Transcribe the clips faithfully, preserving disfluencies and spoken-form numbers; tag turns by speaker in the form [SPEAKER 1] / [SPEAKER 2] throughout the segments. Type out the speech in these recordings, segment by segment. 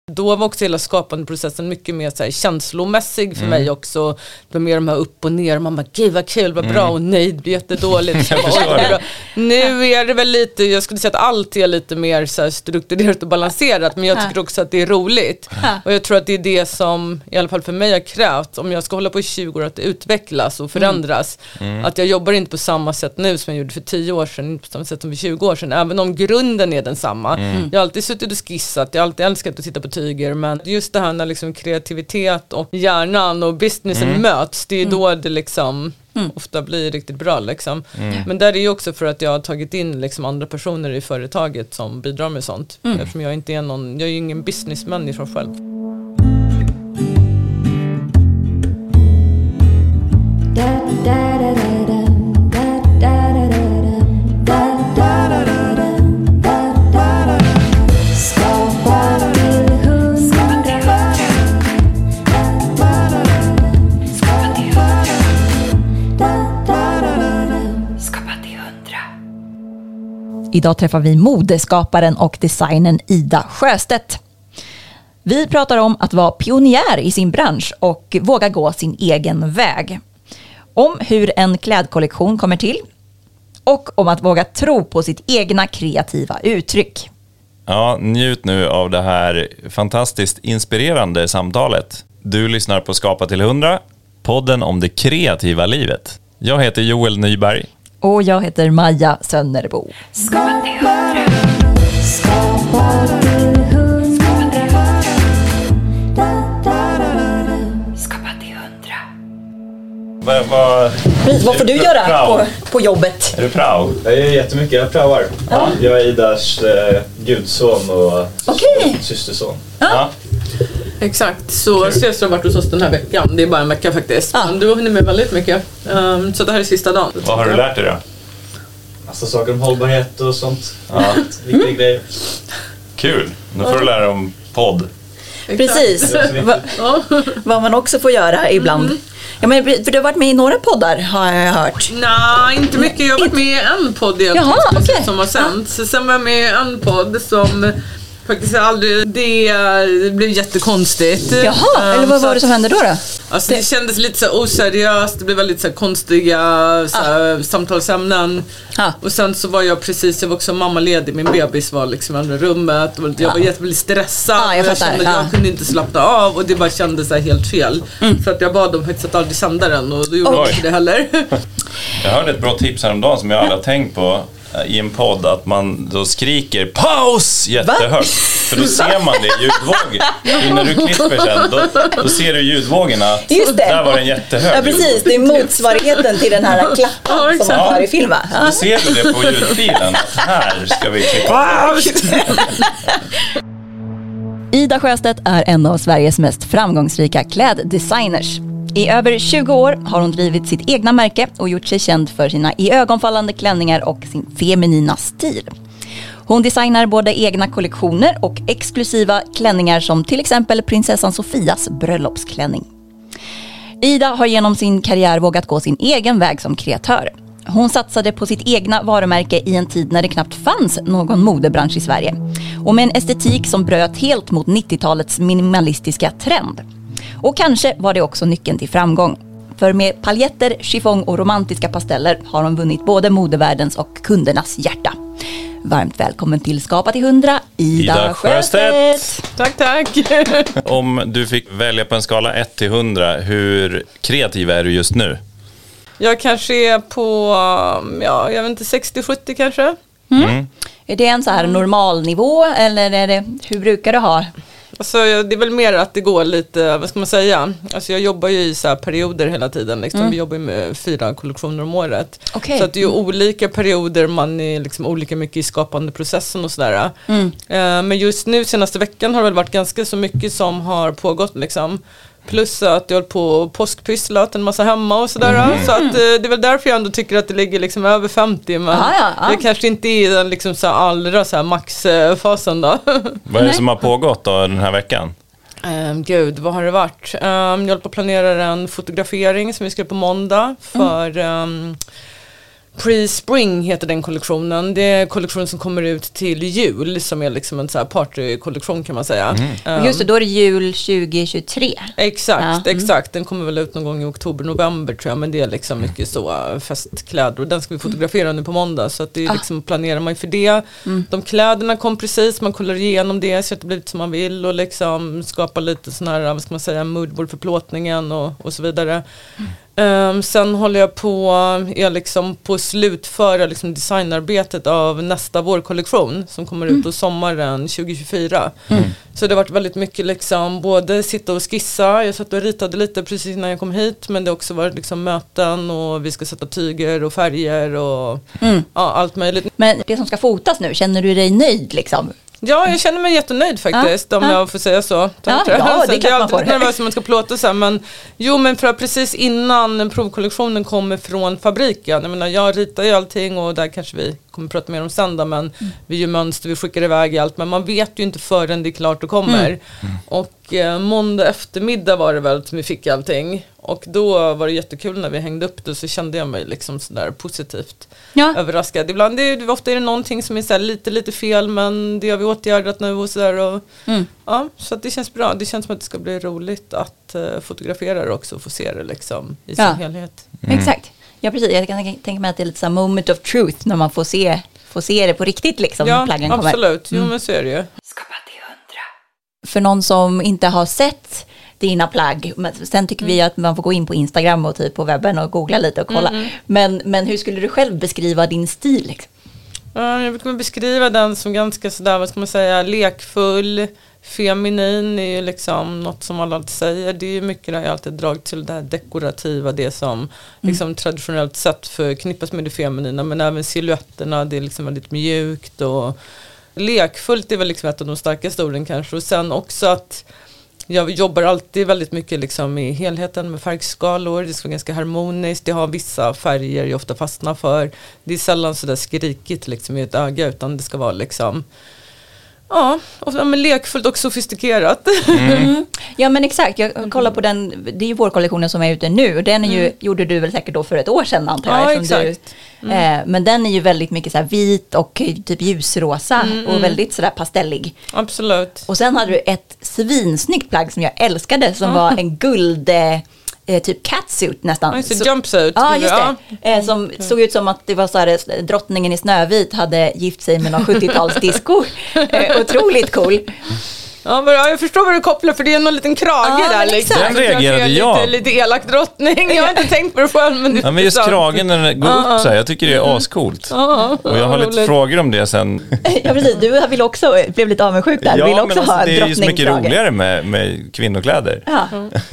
[SPEAKER 1] Då var också hela skapandeprocessen mycket mer så här känslomässig för mm. mig också. Det var mer de här upp och ner. Man bara, gud vad kul, vad bra, och nej, det blir jättedåligt. Så bara, nu är det väl lite, jag skulle säga att allt är lite mer så här strukturerat och balanserat, men jag tycker också att det är roligt. Och jag tror att det är det som, i alla fall för mig, har krävt, om jag ska hålla på i tjugo år, att det utvecklas och förändras. Mm. Att jag jobbar inte på samma sätt nu som jag gjorde för tio år sedan, inte på samma sätt som för tjugo år sedan, även om grunden är densamma. Mm. Jag har alltid suttit och skissat, jag har alltid älskat att sitta på tyger, men just det här när liksom kreativitet och hjärnan och businessen mm. möts, det är mm. då det liksom mm. ofta blir riktigt bra liksom. Mm. Men där är ju också för att jag har tagit in liksom andra personer i företaget som bidrar med sånt. Mm. Eftersom jag inte är någon, jag är ju ingen businessmänniska själv.
[SPEAKER 2] Idag träffar vi modeskaparen och designern Ida Sjöstedt. Vi pratar om att vara pionjär i sin bransch och våga gå sin egen väg. Om hur en klädkollektion kommer till och om att våga tro på sitt egna kreativa uttryck.
[SPEAKER 3] Ja, njut nu av det här fantastiskt inspirerande samtalet. Du lyssnar på Skapa till hundra, podden om det kreativa livet. Jag heter Joel Nyberg.
[SPEAKER 2] Och jag heter Maja Sönnerbo.
[SPEAKER 4] Skapa till hundra. Skapa till hundra. Skapa till hundra.
[SPEAKER 3] Vad, vad,
[SPEAKER 2] vad får du göra på, på jobbet?
[SPEAKER 3] Är du prao?
[SPEAKER 5] Jag gör jättemycket, jag praoar. Ja. Jag är Idas eh, gudson och
[SPEAKER 2] okay.
[SPEAKER 5] systerson.
[SPEAKER 2] Ja.
[SPEAKER 5] Ja.
[SPEAKER 1] Exakt, så ses har varit hos oss den här veckan. Det är bara en vecka faktiskt. Ja. Men du har hunnit med väldigt mycket. Um, så det här är sista dagen.
[SPEAKER 3] Vad har du lärt dig då?
[SPEAKER 5] Massa saker om hållbarhet och sånt.
[SPEAKER 3] Ja.
[SPEAKER 5] Viktiga grejer.
[SPEAKER 3] Kul, nu får du lära dig om podd.
[SPEAKER 2] Precis, Va, vad man också får göra ibland. Mm. Ja, men, för du har varit med i några poddar har jag hört.
[SPEAKER 1] Nej, inte mycket. Jag har varit med i en podd
[SPEAKER 2] Jaha, okay.
[SPEAKER 1] som har sänts. Ja. Sen var jag med i en podd som faktiskt aldrig, det, det blev jättekonstigt.
[SPEAKER 2] Jaha, um, eller vad var det som hände då då?
[SPEAKER 1] Alltså det, det kändes lite så oseriöst, det blev väldigt så här konstiga så här, ah. samtalsämnen. Ah. Och sen så var jag precis, jag var också mammaledig, min bebis var liksom i andra rummet. Och jag ah. var jätteblir stressad ah, jag, och jag kände att ah. jag kunde inte slappna av och det bara kändes så här helt fel. Mm. För att jag bad dem faktiskt att aldrig sända den och då gjorde jag inte det heller.
[SPEAKER 3] Jag hörde ett bra tips häromdagen som jag aldrig har tänkt på i en podd, att man då skriker paus jättehögt. Va? För då ser man det i ljudvågen. När du klipper sen, då, då ser du ljudvågorna.
[SPEAKER 2] Just det.
[SPEAKER 3] Där var den jättehög.
[SPEAKER 2] Ja, precis. Det är motsvarigheten till den här klappan som man har i filmen.
[SPEAKER 3] Ja. Då ser du det på ljudfilen. Här ska vi klippa.
[SPEAKER 2] Ida Sjöstedt är en av Sveriges mest framgångsrika kläddesigners. I över tjugo år har hon drivit sitt egna märke och gjort sig känd för sina iögonfallande klänningar och sin feminina stil. Hon designar både egna kollektioner och exklusiva klänningar som till exempel prinsessan Sofias bröllopsklänning. Ida har genom sin karriär vågat gå sin egen väg som kreatör. Hon satsade på sitt egna varumärke i en tid när det knappt fanns någon modebransch i Sverige. Och med en estetik som bröt helt mot nittiotalets minimalistiska trend. Och kanske var det också nyckeln till framgång. För med paljetter, chiffong och romantiska pasteller har hon vunnit både modevärldens och kundernas hjärta. Varmt välkommen till Skapa till hundra, Ida, Ida Sjöstedt.
[SPEAKER 1] Tack, tack.
[SPEAKER 3] Om du fick välja på en skala ett till hundra, hur kreativ är du just nu?
[SPEAKER 1] Jag kanske är på, ja, jag vet inte, sextio sjuttio kanske.
[SPEAKER 2] Mm. Mm. Är det en så här normal nivå eller är det, hur brukar du ha?
[SPEAKER 1] Alltså, det är väl mer att det går lite, vad ska man säga? Alltså, jag jobbar ju i så här perioder hela tiden. Liksom. Mm. Vi jobbar med fyra kollektioner om året. Okay. Så att det är ju olika perioder, man är liksom olika mycket i skapande processen och sådär. Mm. Uh, men just nu, senaste veckan har det väl varit ganska så mycket som har pågått liksom. Plus att jag håller på och påskpysslat en massa hemma och sådär. Mm. Så att, eh, det är väl därför jag ändå tycker att det ligger liksom över femtio. Men ah, ja, ah. jag kanske inte är i den liksom så allra så här maxfasen då.
[SPEAKER 3] Vad är det som har pågått då den här veckan?
[SPEAKER 1] Um, gud, vad har det varit? Um, jag håller på att planera en fotografering som vi ska på måndag för... Um, Pre-Spring heter den kollektionen. Det är en kollektion som kommer ut till jul, som är liksom en så här partykollektion kan man säga.
[SPEAKER 2] Mm. Just det, då är det jul tjugo tjugotre.
[SPEAKER 1] Exakt,
[SPEAKER 2] ja.
[SPEAKER 1] exakt. Den kommer väl ut någon gång i oktober, november tror jag, men det är liksom mycket så festkläder och den ska vi fotografera nu på måndag, så att det är liksom, planerar man för det. Mm. De kläderna kom precis, man kollar igenom det så att det blir lite som man vill och liksom skapa lite sån här, vad ska man säga, moodboard för plåtningen och, och så vidare. Mm. Um, sen håller jag på är liksom på slutföra liksom designarbetet av nästa vårkollektion som kommer ut mm. sommaren tjugo tjugofyra. Mm. Så det har varit väldigt mycket liksom både sitta och skissa, jag satt och ritade lite precis innan jag kom hit, men det har också varit liksom möten och vi ska sätta tyger och färger och mm. ja, allt möjligt.
[SPEAKER 2] Men det som ska fotas nu, känner du dig nöjd liksom?
[SPEAKER 1] Ja, jag känner mig jättenöjd faktiskt, ja, om ja. jag får säga så.
[SPEAKER 2] Ja, ja, det är klart man får.
[SPEAKER 1] Jag är nervös om man ska plåta så här, men jo, men för att precis innan provkollektionen kommer från fabriken, jag menar, jag ritar ju allting och där kanske vi kommer prata mer om sen då, men mm. vi gör mönster, vi skickar iväg allt, men man vet ju inte förrän det är klart och kommer. Mm. Mm. Och eh, måndag eftermiddag var det väl som vi fick allting. Och då var det jättekul när vi hängde upp det, så kände jag mig liksom sådär positivt ja. överraskad. Ibland är det, ofta är det någonting som är så här lite, lite fel, men det har vi åtgärdat nu och sådär. Och, mm. ja, så att det känns bra. Det känns som att det ska bli roligt att uh, fotografera det också och få se det liksom i sin
[SPEAKER 2] ja.
[SPEAKER 1] helhet.
[SPEAKER 2] Mm. Exakt. Ja, precis. Jag kan tänka mig att det är lite så här moment of truth när man får se, får se det på riktigt liksom.
[SPEAKER 1] Ja,
[SPEAKER 2] när plaggen
[SPEAKER 1] absolut.
[SPEAKER 2] kommer.
[SPEAKER 1] Jo, mm. men så är det ju.
[SPEAKER 4] Skapa till hundra.
[SPEAKER 2] För någon som inte har sett dina plagg, men sen tycker mm. vi att man får gå in på Instagram och typ på webben och googla lite och kolla. Mm. Men, men hur skulle du själv beskriva din stil? Liksom?
[SPEAKER 1] Ja, jag brukar beskriva den som ganska sådär, vad ska man säga, lekfull, feminin är ju liksom något som alla alltid säger. Det är ju mycket där jag alltid dragit till det här dekorativa, det som mm. liksom traditionellt sett förknippas med det feminina, men även silhuetterna, det är liksom väldigt mjukt och lekfullt är väl liksom ett av de starkaste orden kanske. Och sen också att jag jobbar alltid väldigt mycket liksom i helheten med färgskalor. Det ska vara ganska harmoniskt. Det har vissa färger jag ofta fastnar för. Det är sällan så där skrikigt liksom i ett öga, utan det ska vara liksom ja, och men lekfullt och sofistikerat.
[SPEAKER 2] Mm. Ja, men exakt. Jag kollar på den, det är ju vårkollektionen som är ute nu. Den är ju, mm. gjorde du väl säkert då för ett år sedan, antar jag.
[SPEAKER 1] Ja, exakt.
[SPEAKER 2] Du, mm. eh, men den är ju väldigt mycket så här vit och typ ljusrosa mm. och väldigt sådär pastellig.
[SPEAKER 1] Absolut.
[SPEAKER 2] Och sen hade du ett svinsnyggt plagg som jag älskade, som mm. var en guld... Eh, typ catsuit nästan.
[SPEAKER 1] Alltså så, jumpsuit.
[SPEAKER 2] Ja, just det. Ja. Eh, som okay. såg ut som att det var så här, drottningen i Snövit hade gift sig med någon sjuttiotalsdisco. eh, otroligt cool.
[SPEAKER 1] Ja, men jag förstår vad du kopplar, för det är någon liten krage
[SPEAKER 2] ja,
[SPEAKER 1] där. Liksom.
[SPEAKER 3] Den reagerade jag.
[SPEAKER 1] Lite, lite elak drottning. Jag har inte tänkt på det själv. Men, det
[SPEAKER 3] ja, men just sant. Kragen när den går uh-huh. upp så här, jag tycker det är ascoolt. Uh-huh. Och jag har lite roligt. Frågor om det sen.
[SPEAKER 2] Ja, precis. Du vill också, blev lite avundsjuk där.
[SPEAKER 3] Ja,
[SPEAKER 2] vill också
[SPEAKER 3] men alltså,
[SPEAKER 2] ha
[SPEAKER 3] det är ju så mycket roligare med, med kvinnokläder. Ja.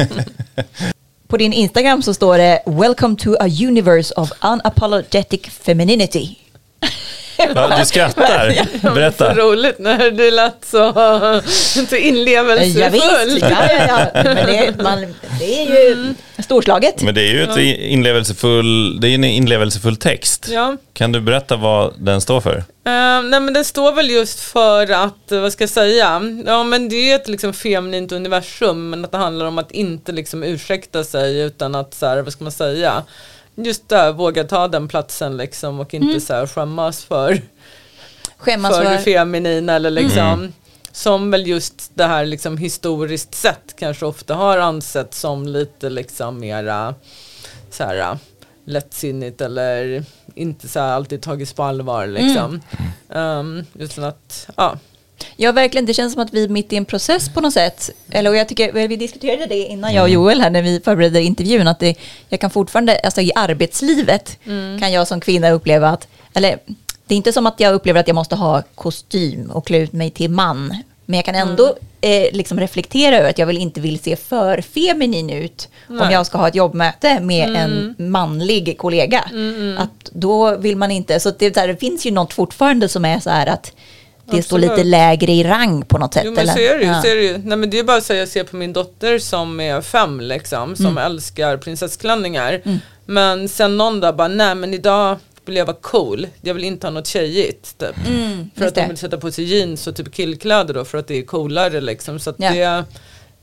[SPEAKER 2] På din Instagram så står det "Welcome to a universe of unapologetic femininity".
[SPEAKER 3] Ja, du skrattar. Berätta.
[SPEAKER 1] Det var så roligt när det lät så, så inlevelsefull.
[SPEAKER 2] Ja, visst. Ja, ja, ja. Men det är, man, det är ju mm. storslaget.
[SPEAKER 3] Men det är ju ett inlevelsefull, det är en inlevelsefull text.
[SPEAKER 1] Ja.
[SPEAKER 3] Kan du berätta vad den står för?
[SPEAKER 1] Uh, nej, men den står väl just för att, vad ska jag säga, ja, men det är ju ett liksom feminint universum, men att det handlar om att inte liksom ursäkta sig, utan att så här, vad ska man säga, just där, våga ta den platsen liksom, och inte mm. så här skämmas för
[SPEAKER 2] skämmas
[SPEAKER 1] för,
[SPEAKER 2] för
[SPEAKER 1] det feminina, eller liksom
[SPEAKER 3] mm.
[SPEAKER 1] som väl just det här liksom historiskt sett kanske ofta har ansett som lite liksom mera så här lättsinnigt, eller inte så här alltid tagits på allvar liksom. Mm. Um, utan att, ja.
[SPEAKER 2] Ja, verkligen. Det känns som att vi är mitt i en process på något sätt. Eller, och jag tycker, vi diskuterade det innan jag och Joel här när vi förberedde intervjun, att det, jag kan fortfarande, alltså i arbetslivet mm. kan jag som kvinna uppleva att, eller det är inte som att jag upplever att jag måste ha kostym och klä ut mig till man, men jag kan ändå mm. eh, liksom reflektera över att jag vill inte vill se för feminin ut. Nej. Om jag ska ha ett jobbmöte med mm. en manlig kollega. Mm. Att då vill man inte, så det, där, det finns ju något fortfarande som är så här att det står lite lägre i rang på något sätt.
[SPEAKER 1] Jo, men
[SPEAKER 2] eller?
[SPEAKER 1] Så är det ju.
[SPEAKER 2] Ja.
[SPEAKER 1] Så är det ju. Nej, men det är bara så att jag ser på min dotter som är fem, liksom, som mm. älskar prinsessklänningar. Mm. Men sen någon dag bara, nej men idag vill jag vara cool. Jag vill inte ha något tjejigt. Typ. Mm, för att de vill sätta på sig jeans och typ killkläder då, för att det är coolare liksom. Så att ja. det,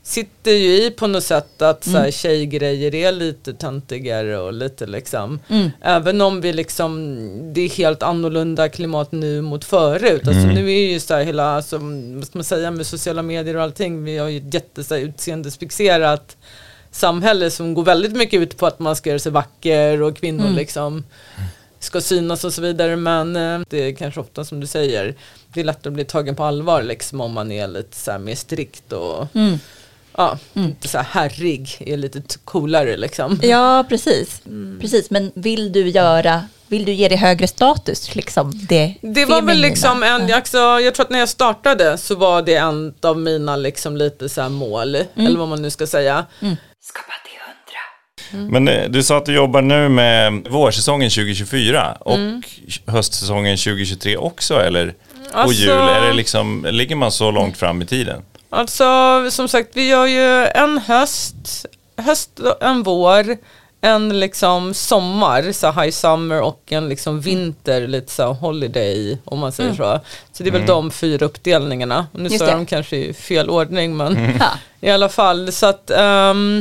[SPEAKER 1] sitter ju i på något sätt att så här, tjejgrejer är lite töntigare och lite liksom, mm. även om vi liksom, det är helt annorlunda klimat nu mot förut. Mm. Alltså nu är ju så här hela, alltså, vad ska man säga, med sociala medier och allting, vi har ju ett jätte så här, utseendesfixerat samhälle som går väldigt mycket ut på att man ska göra sig vacker och kvinnor mm. liksom ska synas och så vidare, men eh, det är kanske ofta som du säger, det är lättare att bli tagen på allvar liksom om man är lite så här mer strikt och mm. ja, mm. inte så här herrig, är lite t- coolare liksom.
[SPEAKER 2] Ja, precis. Mm. Precis, men vill du göra, vill du ge det högre status liksom? Det,
[SPEAKER 1] det var väl liksom en, jag, alltså, jag tror att när jag startade så var det en av mina liksom lite så här mål, mm. eller vad man nu ska säga. Mm.
[SPEAKER 4] Skapa till hundra.
[SPEAKER 3] Mm. Men du sa att du jobbar nu med vårsäsongen tjugo tjugofyra och mm. höstsäsongen tjugo tjugotre också, eller?
[SPEAKER 1] Alltså,
[SPEAKER 3] och jul, är det liksom, ligger man så långt fram i tiden?
[SPEAKER 1] Alltså, som sagt, vi gör ju en höst, höst en vår, en liksom sommar, så high summer, och en liksom vinter, lite så holiday, om man säger mm. så. Så det är väl mm. de fyra uppdelningarna. Och nu står de kanske i fel ordning, men mm. i alla fall. Så att um,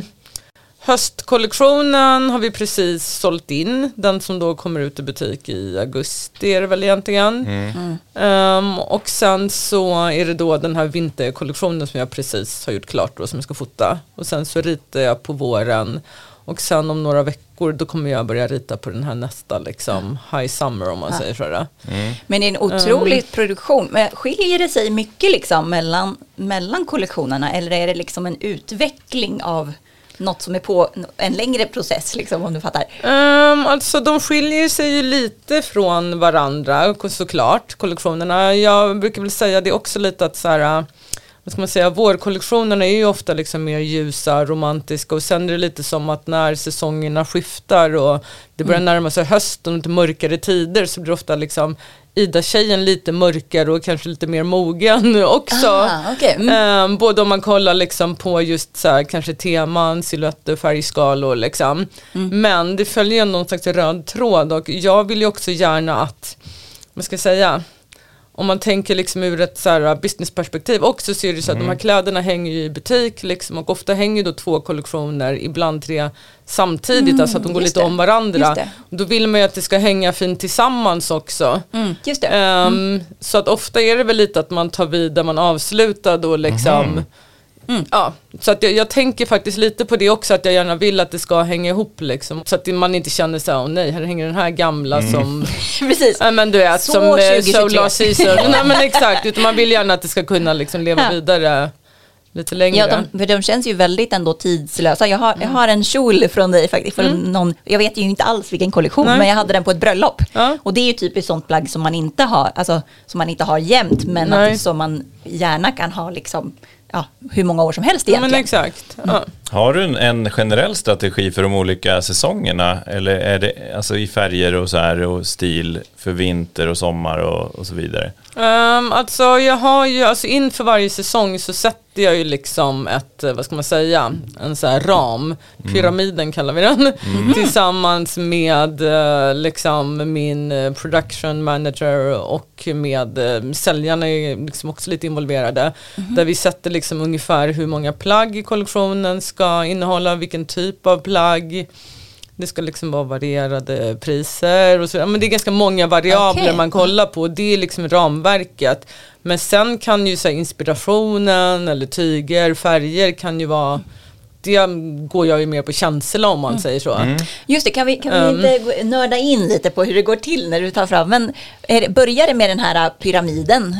[SPEAKER 1] höstkollektionen har vi precis sålt in. Den som då kommer ut i butik i augusti är det väl egentligen. Mm. Um, och sen så är det då den här vinterkollektionen som jag precis har gjort klart då, som jag ska fota. Och sen så ritar jag på våren. Och sen om några veckor då kommer jag börja rita på den här nästa liksom high summer, om man ja. säger så där. Mm.
[SPEAKER 2] Men det är en otrolig um, produktion. Men skiljer det sig mycket liksom mellan, mellan kollektionerna, eller är det liksom en utveckling av något som är på en längre process liksom, om du fattar?
[SPEAKER 1] Um, alltså de skiljer sig ju lite från varandra såklart, kollektionerna. Jag brukar väl säga det också lite att så här, vad ska man säga, vårkollektionerna är ju ofta liksom mer ljusa, romantiska, och sen är det lite som att när säsongerna skiftar och det börjar närma sig höst och lite mörkare tider, så blir det ofta liksom Ida-tjejen lite mörkare och kanske lite mer mogen också.
[SPEAKER 2] Aha, okay. mm.
[SPEAKER 1] um, både om man kollar liksom på just så här, kanske teman, silhuetter, färgskalor liksom. Mm. Men det följer någon slags röd tråd, och jag vill ju också gärna att, vad ska jag säga, om man tänker liksom ur ett så här businessperspektiv också, så är det så att mm. de här kläderna hänger ju i butik liksom, och ofta hänger då två kollektioner, ibland tre samtidigt, mm, alltså att de går lite det. om varandra. Då vill man ju att det ska hänga fint tillsammans också.
[SPEAKER 2] Mm, just det. Mm.
[SPEAKER 1] Um, så att ofta är det väl lite att man tar vid där man avslutar då liksom. Mm. Mm. Ja, så att jag, jag tänker faktiskt lite på det också, att jag gärna vill att det ska hänga ihop liksom, så att man inte känner så, åh nej, här hänger den här gamla mm. som
[SPEAKER 2] precis.
[SPEAKER 1] Ja, men du vet, så som Solar Season. Nej men exakt, utan man vill gärna att det ska kunna liksom leva ja. vidare lite längre.
[SPEAKER 2] Ja, de, för de känns ju väldigt ändå tidslösa. Jag har, mm. jag har en kjol från dig faktiskt. För mm. någon, jag vet ju inte alls vilken kollektion, Nej. men jag hade den på ett bröllop. Ja. Och det är ju typ ett sånt plagg som man inte har, alltså som man inte har jämt, men att, som man gärna kan ha liksom, ja, hur många år som helst egentligen.
[SPEAKER 1] Ja, men exakt. Ja.
[SPEAKER 3] Mm. Har du en, en generell strategi för de olika säsongerna, eller är det alltså i färger och så här och stil för vinter och sommar och, och så vidare?
[SPEAKER 1] Um, alltså jag har ju, alltså inför varje säsong så sätter jag ju liksom ett, vad ska man säga, en så här ram, pyramiden mm. kallar vi den, mm. tillsammans med uh, liksom min uh, production manager, och med uh, säljarna är liksom också lite involverade, mm. där vi sätter liksom ungefär hur många plagg i kollektionen ska innehålla, vilken typ av plagg. Det ska liksom vara varierade priser och så. Men det är ganska många variabler okay. man kollar på. Det är liksom ramverket. Men sen kan ju så här, inspirationen eller tyger, färger kan ju vara, det går jag ju mer på känsla, om man mm. säger så. Mm.
[SPEAKER 2] Just det, kan vi, kan vi um, inte nörda in lite på hur det går till när du tar fram, men är det, börjar det med den här pyramiden?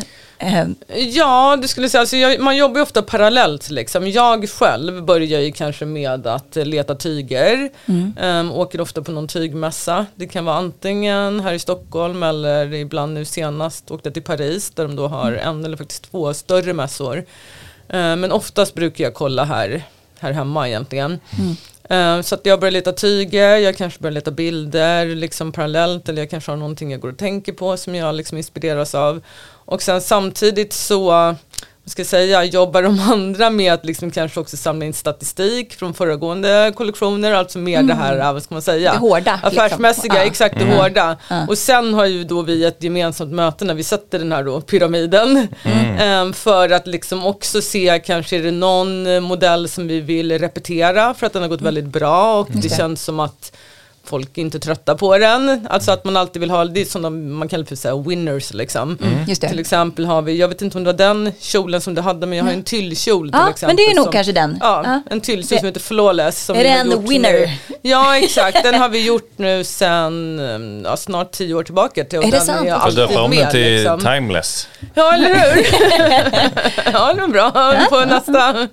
[SPEAKER 1] Ja, det skulle säga, alltså jag, man jobbar ju ofta parallellt liksom. Jag själv börjar ju kanske med att leta tyger, mm. um, åker ofta på någon tygmässa. Det kan vara antingen här i Stockholm, eller ibland nu senast åkte jag till Paris, där de då har mm. en eller faktiskt två större mässor. Uh, men oftast brukar jag kolla här, här hemma egentligen. Mm. Uh, så att jag börjar leta tyger, jag kanske börjar leta bilder liksom parallellt, eller jag kanske har någonting jag går och tänker på som jag liksom inspireras av. Och sen samtidigt så vad ska jag säga, jobbar de andra med att liksom kanske också samla in statistik från föregående kollektioner, alltså mer mm. det här, vad ska man säga?
[SPEAKER 2] Det hårda.
[SPEAKER 1] Affärsmässiga,
[SPEAKER 2] liksom.
[SPEAKER 1] exakt det
[SPEAKER 2] mm.
[SPEAKER 1] hårda.
[SPEAKER 2] Mm.
[SPEAKER 1] Och sen har ju då vi ett gemensamt möte när vi sätter den här då pyramiden. Mm. För att liksom också se, kanske är det någon modell som vi vill repetera för att den har gått mm. väldigt bra och det, det känns som att folk är inte trötta på den. Alltså att man alltid vill ha, det är som de, man kallar för så här winners liksom.
[SPEAKER 2] Mm. Just det.
[SPEAKER 1] Till exempel har vi, jag vet inte om det var den kjolen som du hade, men jag har en tyllkjol till
[SPEAKER 2] ja,
[SPEAKER 1] exempel.
[SPEAKER 2] men det är nog
[SPEAKER 1] som,
[SPEAKER 2] kanske den.
[SPEAKER 1] Ja,
[SPEAKER 2] ja.
[SPEAKER 1] en tyllkjol som heter Flawless. Som
[SPEAKER 2] är det en winner?
[SPEAKER 1] Nu. Ja, exakt. Den har vi gjort nu sedan ja, snart tio år tillbaka. Till, och
[SPEAKER 2] är det
[SPEAKER 1] den
[SPEAKER 2] sant?
[SPEAKER 1] Är
[SPEAKER 3] jag får döpa om den till
[SPEAKER 1] liksom.
[SPEAKER 3] Timeless.
[SPEAKER 1] Ja, eller hur? Ja, det är bra. På nästa.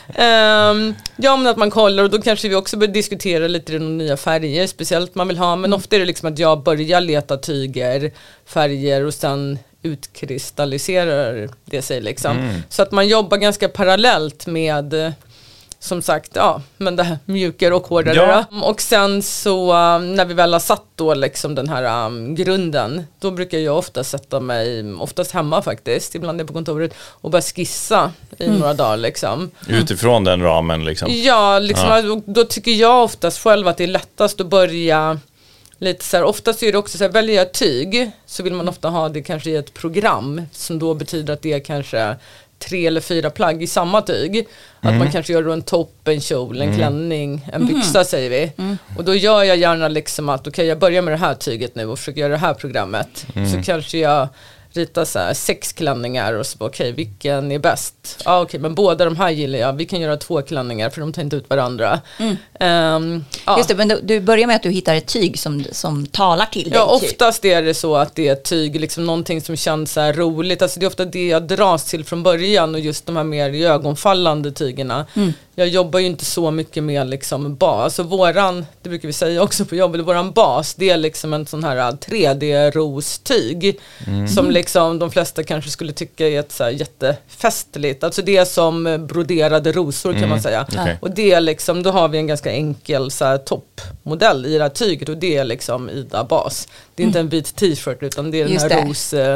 [SPEAKER 1] Um, ja, men att man kollar och då kanske vi också börjar diskutera lite de nya färger, speciellt man vill ha. Men ofta är det liksom att jag börjar leta tyger, färger och sen utkristalliserar det sig liksom. Mm. Så att man jobbar ganska parallellt med, som sagt, ja, men det här mjukare och hårdare. Ja. Och sen så när vi väl har satt då liksom den här um, grunden, då brukar jag ofta sätta mig, oftast hemma faktiskt, ibland är på kontoret, och bara skissa i mm. några dagar liksom.
[SPEAKER 3] Utifrån den ramen liksom?
[SPEAKER 1] Ja, liksom, ja. Då tycker jag oftast själv att det är lättast att börja lite så här, oftast är det också så här, väljer jag tyg så vill man ofta ha det kanske i ett program som då betyder att det är kanske tre eller fyra plagg i samma tyg. Mm. Att man kanske gör då en topp, en kjol, en mm. klänning, en byxa mm. säger vi. Mm. Och då gör jag gärna liksom att okej, okay, jag börjar med det här tyget nu och försöker göra det här programmet. Mm. Så kanske jag ritar så här sex klänningar och så okej, okay, vilken är bäst? Ja ah, okej, okay, men båda de här gillar jag. Vi kan göra två klänningar för de tar inte ut varandra. Mm. Um, ja.
[SPEAKER 2] Just det, men du, du börjar med att du hittar ett tyg som, som talar till dig.
[SPEAKER 1] Ja, oftast är det så att det är ett tyg, liksom någonting som känns så här roligt. Alltså det är ofta det jag dras till från början och just de här mer ögonfallande tygerna. Mm. Jag jobbar ju inte så mycket med liksom bas. Alltså våran, det brukar vi säga också på jobbet, våran bas, det är liksom en sån här tre D-rostyg mm. som liksom de flesta kanske skulle tycka är ett så här jättefestligt. Alltså det är som broderade rosor kan mm. man säga. Okay. Och det är liksom, då har vi en ganska enkel så här toppmodell i det här tyget och det är liksom Ida bas. Det är mm. inte en vit t-shirt utan det är den här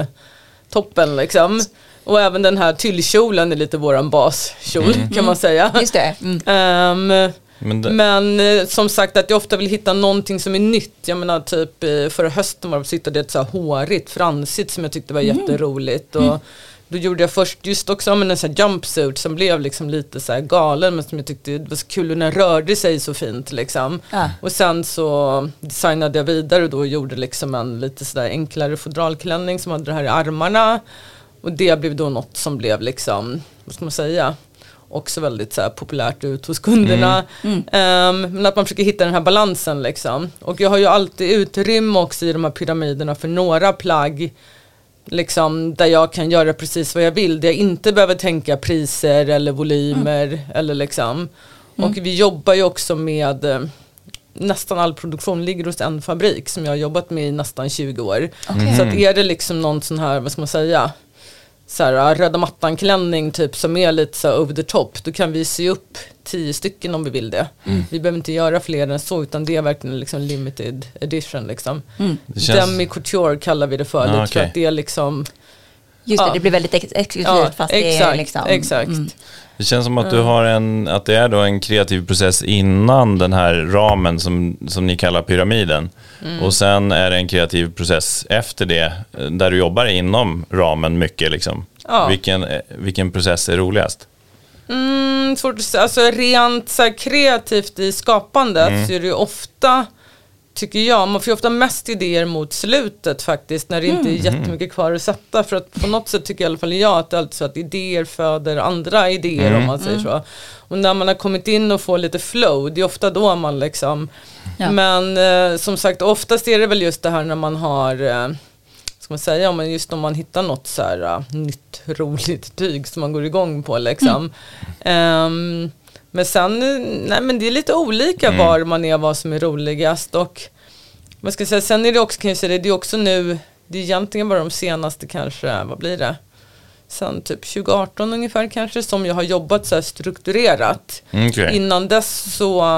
[SPEAKER 1] rostoppen liksom. Och även den här tyllkjolen är lite våran baskjol mm. kan man säga.
[SPEAKER 2] Just det. Mm.
[SPEAKER 1] Um, men, det... men som sagt att jag ofta vill hitta någonting som är nytt. Jag menar typ förra hösten var det sitta det ett så här hårigt, fransigt som jag tyckte var mm. jätteroligt. Och mm. då gjorde jag först just också med en sån här jumpsuit som blev liksom lite så här galen men som jag tyckte det var så kul och den rörde sig så fint liksom. Ah. Och sen så designade jag vidare då och gjorde liksom en lite så där enklare fodralklänning som hade det här i armarna. Och det blev då något som blev liksom, vad ska man säga, också väldigt så här populärt ut hos kunderna. Mm. Mm. Um, men att man försöker hitta den här balansen liksom. Och jag har ju alltid utrymme också i de här pyramiderna för några plagg liksom, där jag kan göra precis vad jag vill. Där jag inte behöver tänka priser eller volymer. Mm. Eller liksom. Mm. Och vi jobbar ju också med eh, nästan all produktion ligger hos en fabrik som jag har jobbat med i nästan tjugo år. Okay. Så att är det liksom någon sån här, vad ska man säga, så här, röda mattan klänning typ som är lite så over the top, då kan vi sy upp tio stycken om vi vill det. Mm. Vi behöver inte göra fler än så utan det är verkligen liksom limited edition liksom. Mm. Känns... Demi couture kallar vi det för, ah, lite okay. för att det är liksom
[SPEAKER 2] just det, ja. Det blir väldigt ex- exklusivt ja, fast
[SPEAKER 1] exakt,
[SPEAKER 2] det är liksom
[SPEAKER 1] exakt.
[SPEAKER 2] Mm.
[SPEAKER 3] Det känns som att du har en, att det är då en kreativ process innan den här ramen som, som ni kallar pyramiden. Mm. Och sen är det en kreativ process efter det där du jobbar inom ramen mycket liksom. Ja. Vilken, vilken process är roligast?
[SPEAKER 1] Mm, svårt att säga. Alltså rent så här, kreativt i skapandet mm. så är det ju ofta, tycker jag, man får ju ofta mest idéer mot slutet faktiskt när det mm. inte är jättemycket kvar att sätta, för att på något sätt tycker i alla fall jag att det är alltid så att idéer föder andra idéer mm. om man säger mm. så. Och när man har kommit in och får lite flow, det är ofta då man liksom ja. Men eh, som sagt oftast är det väl just det här när man har eh, ska man säga, om just om man hittar något så här uh, nytt roligt tyg som man går igång på liksom. Mm. Um, men sen, nej men det är lite olika mm. var man är, vad som är roligast och vad ska jag säga, sen är det också, kan jag säga, det är också nu, det är egentligen bara de senaste kanske, vad blir det? Sen typ tjugo arton ungefär kanske som jag har jobbat så här strukturerat. Okay. Innan dess så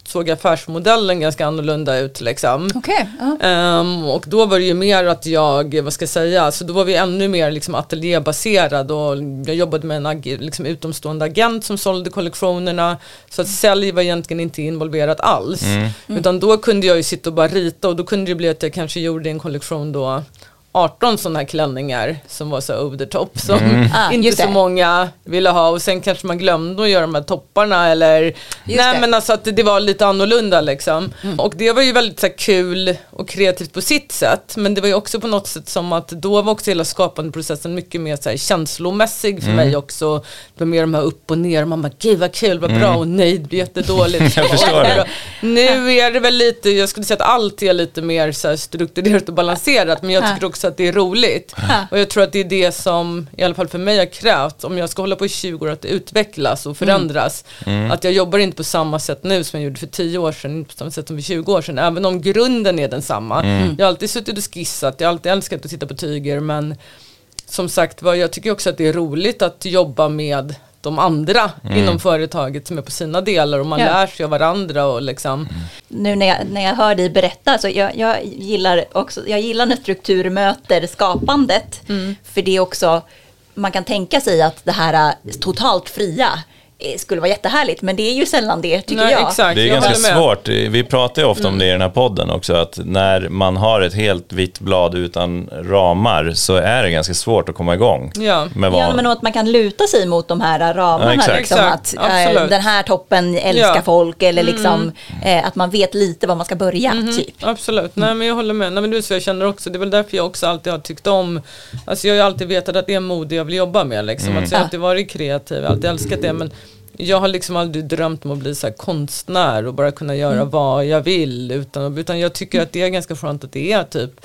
[SPEAKER 1] såg affärsmodellen ganska annorlunda ut liksom.
[SPEAKER 2] Okej. Okay. Uh.
[SPEAKER 1] Um, och då var det ju mer att jag, vad ska jag säga, så då var vi ännu mer liksom ateljébaserad och jag jobbade med en ag- liksom utomstående agent som sålde kollektionerna, så att sälj var egentligen inte involverat alls. Mm. Mm. Utan då kunde jag ju sitta och bara rita och då kunde det bli att jag kanske gjorde en kollektion då arton sådana här klänningar som var så over the top som mm. ah, inte så många ville ha, och sen kanske man glömde att göra de här topparna eller just nej det. Men alltså att det, det var lite annorlunda liksom. Mm. Och det var ju väldigt så här, kul och kreativt på sitt sätt, men det var ju också på något sätt som att då var också hela skapandeprocessen mycket mer så här, känslomässig för mm. mig också. Det var mer de här upp och ner, man bara gud vad kul, vad bra, mm. och nej, det blir jättedåligt.
[SPEAKER 3] Jag förstår det.
[SPEAKER 1] Nu är det väl lite, jag skulle säga att allt är lite mer så här, strukturerat och balanserat, men jag tycker också att det är roligt. Ja. Och jag tror att det är det som i alla fall för mig har krävt, om jag ska hålla på i tjugo år, att det utvecklas och förändras. Mm. Att jag jobbar inte på samma sätt nu som jag gjorde för tio år sedan, inte på samma sätt som för tjugo år sedan, även om grunden är densamma. Mm. Jag har alltid suttit och skissat, jag har alltid älskat att titta på tyger, men som sagt, jag tycker också att det är roligt att jobba med de andra mm. inom företaget som är på sina delar, och man ja. lär sig av varandra och liksom. Mm.
[SPEAKER 2] Nu när jag, när jag hör dig berätta, så jag, jag gillar också, jag gillar när struktur möter skapandet, mm. för det är också, man kan tänka sig att det här totalt fria skulle vara jättehärligt, men det är ju sällan det, tycker Nej, jag.
[SPEAKER 3] Exakt. Det är
[SPEAKER 1] jag
[SPEAKER 3] ganska svårt. Vi pratar ju ofta mm. om det i den här podden också, att när man har ett helt vitt blad utan ramar så är det ganska svårt att komma igång.
[SPEAKER 1] Ja,
[SPEAKER 3] med vad...
[SPEAKER 2] ja men att man kan luta sig mot de här ramarna.
[SPEAKER 3] Ja, exakt.
[SPEAKER 2] Liksom, att äh, den här toppen älskar ja. folk, eller liksom mm. äh, att man vet lite var man ska börja, mm. typ.
[SPEAKER 1] Absolut. Nej, men jag håller med. Nej, men du, så jag känner också, det är väl därför jag också alltid har tyckt om, alltså jag har ju alltid vetat att det är mode jag vill jobba med, liksom. Mm. Alltså, jag har alltid varit kreativ, jag har alltid älskat det, men jag har liksom aldrig drömt om att bli så här konstnär och bara kunna göra mm. vad jag vill, utan, utan jag tycker att det är ganska skönt att det är typ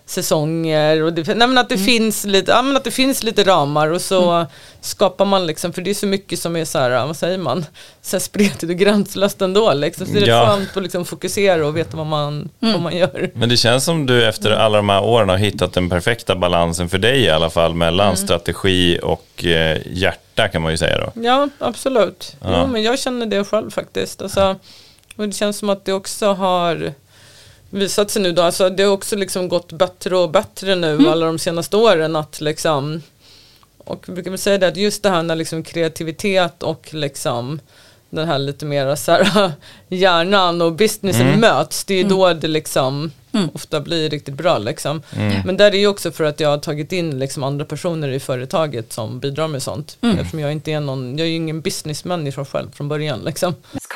[SPEAKER 1] säsonger och det, nej, men att det mm. finns lite, ja, men att det finns lite ramar, och så mm. skapar man liksom, för det är så mycket som är så här, vad säger man, så här spretigt och gränslöst ändå liksom, så det är ja. skönt att liksom fokusera och veta vad man, mm. vad man gör.
[SPEAKER 3] Men det känns som du efter alla de här åren har hittat den perfekta balansen för dig i alla fall, mellan mm. strategi och eh, hjärta, kan man ju säga då.
[SPEAKER 1] Ja, absolut.
[SPEAKER 3] Ja.
[SPEAKER 1] Jo, men jag känner det själv faktiskt, alltså, och det känns som att det också har visat sig nu då, alltså det har också liksom gått bättre och bättre nu mm. alla de senaste åren, att liksom, och vi brukar väl säga det, att just det här när liksom kreativitet och liksom den här lite mer så här, hjärnan och businessen mm. möts, det är ju mm. då det liksom mm. ofta blir riktigt bra liksom. Mm. Men där är ju också för att jag har tagit in liksom andra personer i företaget som bidrar med sånt, mm. eftersom jag inte är någon, jag är ju ingen businessmänniska själv från början liksom.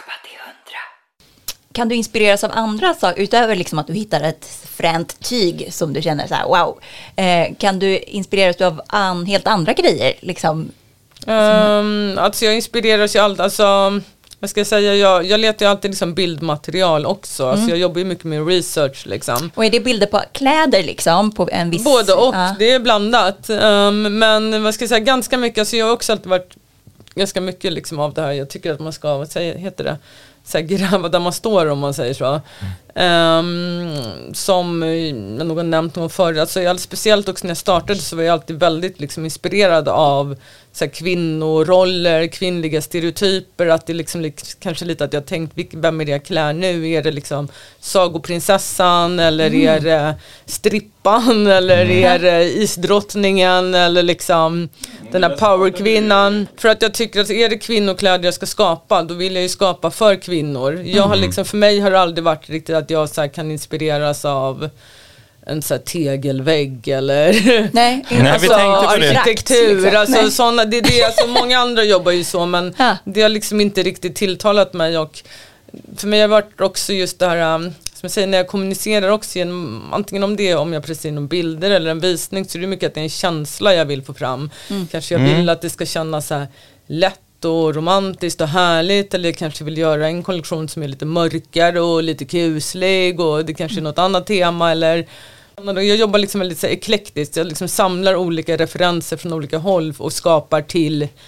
[SPEAKER 2] Kan du inspireras av andra saker, utöver liksom att du hittar ett fränt tyg som du känner så här, wow. Eh, kan du inspireras av an, helt andra grejer? Liksom?
[SPEAKER 1] Um, alltså jag inspireras ju alltid, alltså, vad ska jag säga, jag, jag letar ju alltid liksom bildmaterial också. Mm. Alltså jag jobbar ju mycket med research liksom.
[SPEAKER 2] Och är det bilder på kläder liksom? På en viss...
[SPEAKER 1] Både och, ja. Det är blandat. Um, men vad ska jag säga, ganska mycket, alltså jag har också alltid varit ganska mycket liksom av det här, jag tycker att man ska, vad säger, heter det? Så här, gräva där man står, om man säger så. Mm. Um, som jag nog har nämnt någon förr. Alltså, jag, speciellt också när jag startade så var jag alltid väldigt liksom, inspirerad av så här, kvinnoroller, kvinnliga stereotyper. Att det liksom, liksom, kanske lite att jag tänkt, vem är det jag klär nu? Är det liksom sagoprinsessan, eller mm. är det strippan, eller mm. är det isdrottningen, eller liksom den här powerkvinnan. För att jag tycker att är det kvinnokläder jag ska skapa, då vill jag ju skapa för kvinnor. Jag har liksom, för mig har det aldrig varit riktigt att jag så här, kan inspireras av en så här tegelvägg eller
[SPEAKER 2] Nej,
[SPEAKER 3] Nej alltså, vi tänkte på det.
[SPEAKER 1] arkitektur,
[SPEAKER 2] liksom.
[SPEAKER 1] alltså såna, det är det, alltså många andra jobbar ju så, men ja. det har liksom inte riktigt tilltalat mig, och för mig har det varit också just det här, som jag säger, när jag kommunicerar också genom, antingen om det är om jag precis någon bilder eller en visning, så är det mycket att det är en känsla jag vill få fram. Mm. Kanske jag vill mm. att det ska kännas så här lätt och romantiskt och härligt, eller jag kanske vill göra en kollektion som är lite mörkare och lite kuslig, och det kanske är något annat tema, eller jag jobbar liksom väldigt så här eklektiskt, jag liksom samlar olika referenser från olika håll och skapar till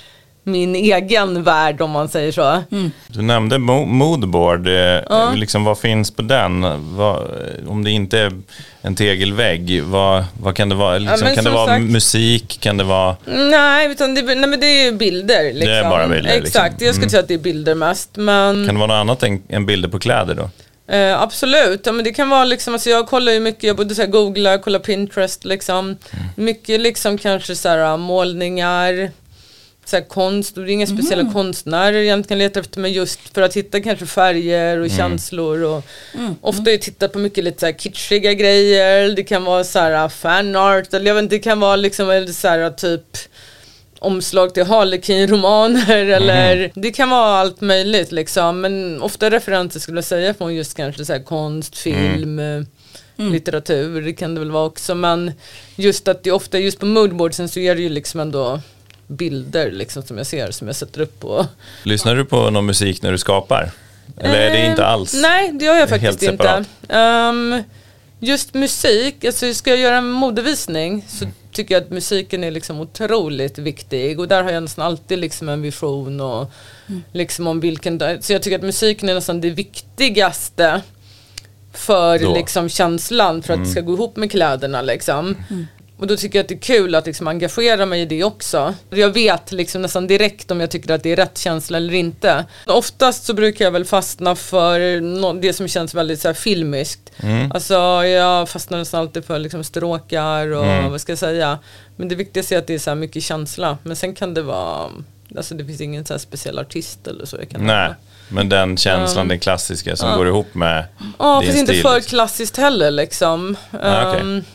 [SPEAKER 1] min egen värld om man säger så.
[SPEAKER 2] Mm.
[SPEAKER 3] Du nämnde mo- moodboard. Eh,
[SPEAKER 1] Ja.
[SPEAKER 3] liksom, vad finns på den? Vad, om det inte är en tegelvägg, vad, vad kan det vara? Liksom,
[SPEAKER 1] men
[SPEAKER 3] kan det
[SPEAKER 1] som
[SPEAKER 3] vara
[SPEAKER 1] sagt-
[SPEAKER 3] musik? Kan det vara...
[SPEAKER 1] Nej, utan det, nej men det är ju bilder. Liksom.
[SPEAKER 3] Det är bara bilder, liksom.
[SPEAKER 1] Exakt, jag skulle
[SPEAKER 3] Mm.
[SPEAKER 1] säga att det är bilder mest. Men...
[SPEAKER 3] Kan det vara något annat än, än bilder på kläder då?
[SPEAKER 1] Eh, absolut, ja, men det kan vara liksom, alltså jag kollar ju mycket, jag både så här googla, kolla Pinterest liksom, mm. mycket liksom kanske så här målningar, så här konst, och det är inga speciella mm. konstnärer egentligen letar efter, men just för att hitta kanske färger och mm. känslor och mm. ofta har jag tittat på mycket lite så här kitschiga grejer, det kan vara så här fanart, eller jag vet inte, det kan vara liksom så här typ omslag till Harlequin-romaner eller mm. det kan vara allt möjligt liksom, men ofta referenser skulle jag säga från just kanske så här konst, film, mm. Mm. litteratur, det kan det väl vara också, men just att det ofta just på moodboardsen så är det ju liksom ändå bilder liksom som jag ser, som jag sätter upp på.
[SPEAKER 3] Lyssnar du på någon musik när du skapar? Eller är det inte alls?
[SPEAKER 1] Uh, nej, det gör jag faktiskt inte. Um, just musik, alltså ska jag göra en modevisning så mm. tycker jag att musiken är liksom otroligt viktig, och där har jag nästan alltid liksom en vision och mm. liksom om vilken, så jag tycker att musiken är nästan det viktigaste för då. Liksom känslan, för att mm. det ska gå ihop med kläderna liksom. Mm. Och då tycker jag att det är kul att liksom engagera mig i det också. Jag vet liksom nästan direkt om jag tycker att det är rätt känsla eller inte. Oftast så brukar jag väl fastna för no- det som känns väldigt så här filmiskt. Mm. Alltså jag fastnar nästan alltid för liksom stråkar och mm. vad ska jag säga. Men det viktigaste är att det är så här mycket känsla. Men sen kan det vara, alltså det finns ingen så här speciell artist eller så. Jag kan
[SPEAKER 3] Nej.
[SPEAKER 1] Ha.
[SPEAKER 3] Men den känslan, um, den klassiska som uh. går ihop med
[SPEAKER 1] ja,
[SPEAKER 3] din
[SPEAKER 1] fast inte
[SPEAKER 3] stil,
[SPEAKER 1] för
[SPEAKER 3] liksom.
[SPEAKER 1] klassiskt heller liksom.
[SPEAKER 3] Ah, okay.
[SPEAKER 1] um,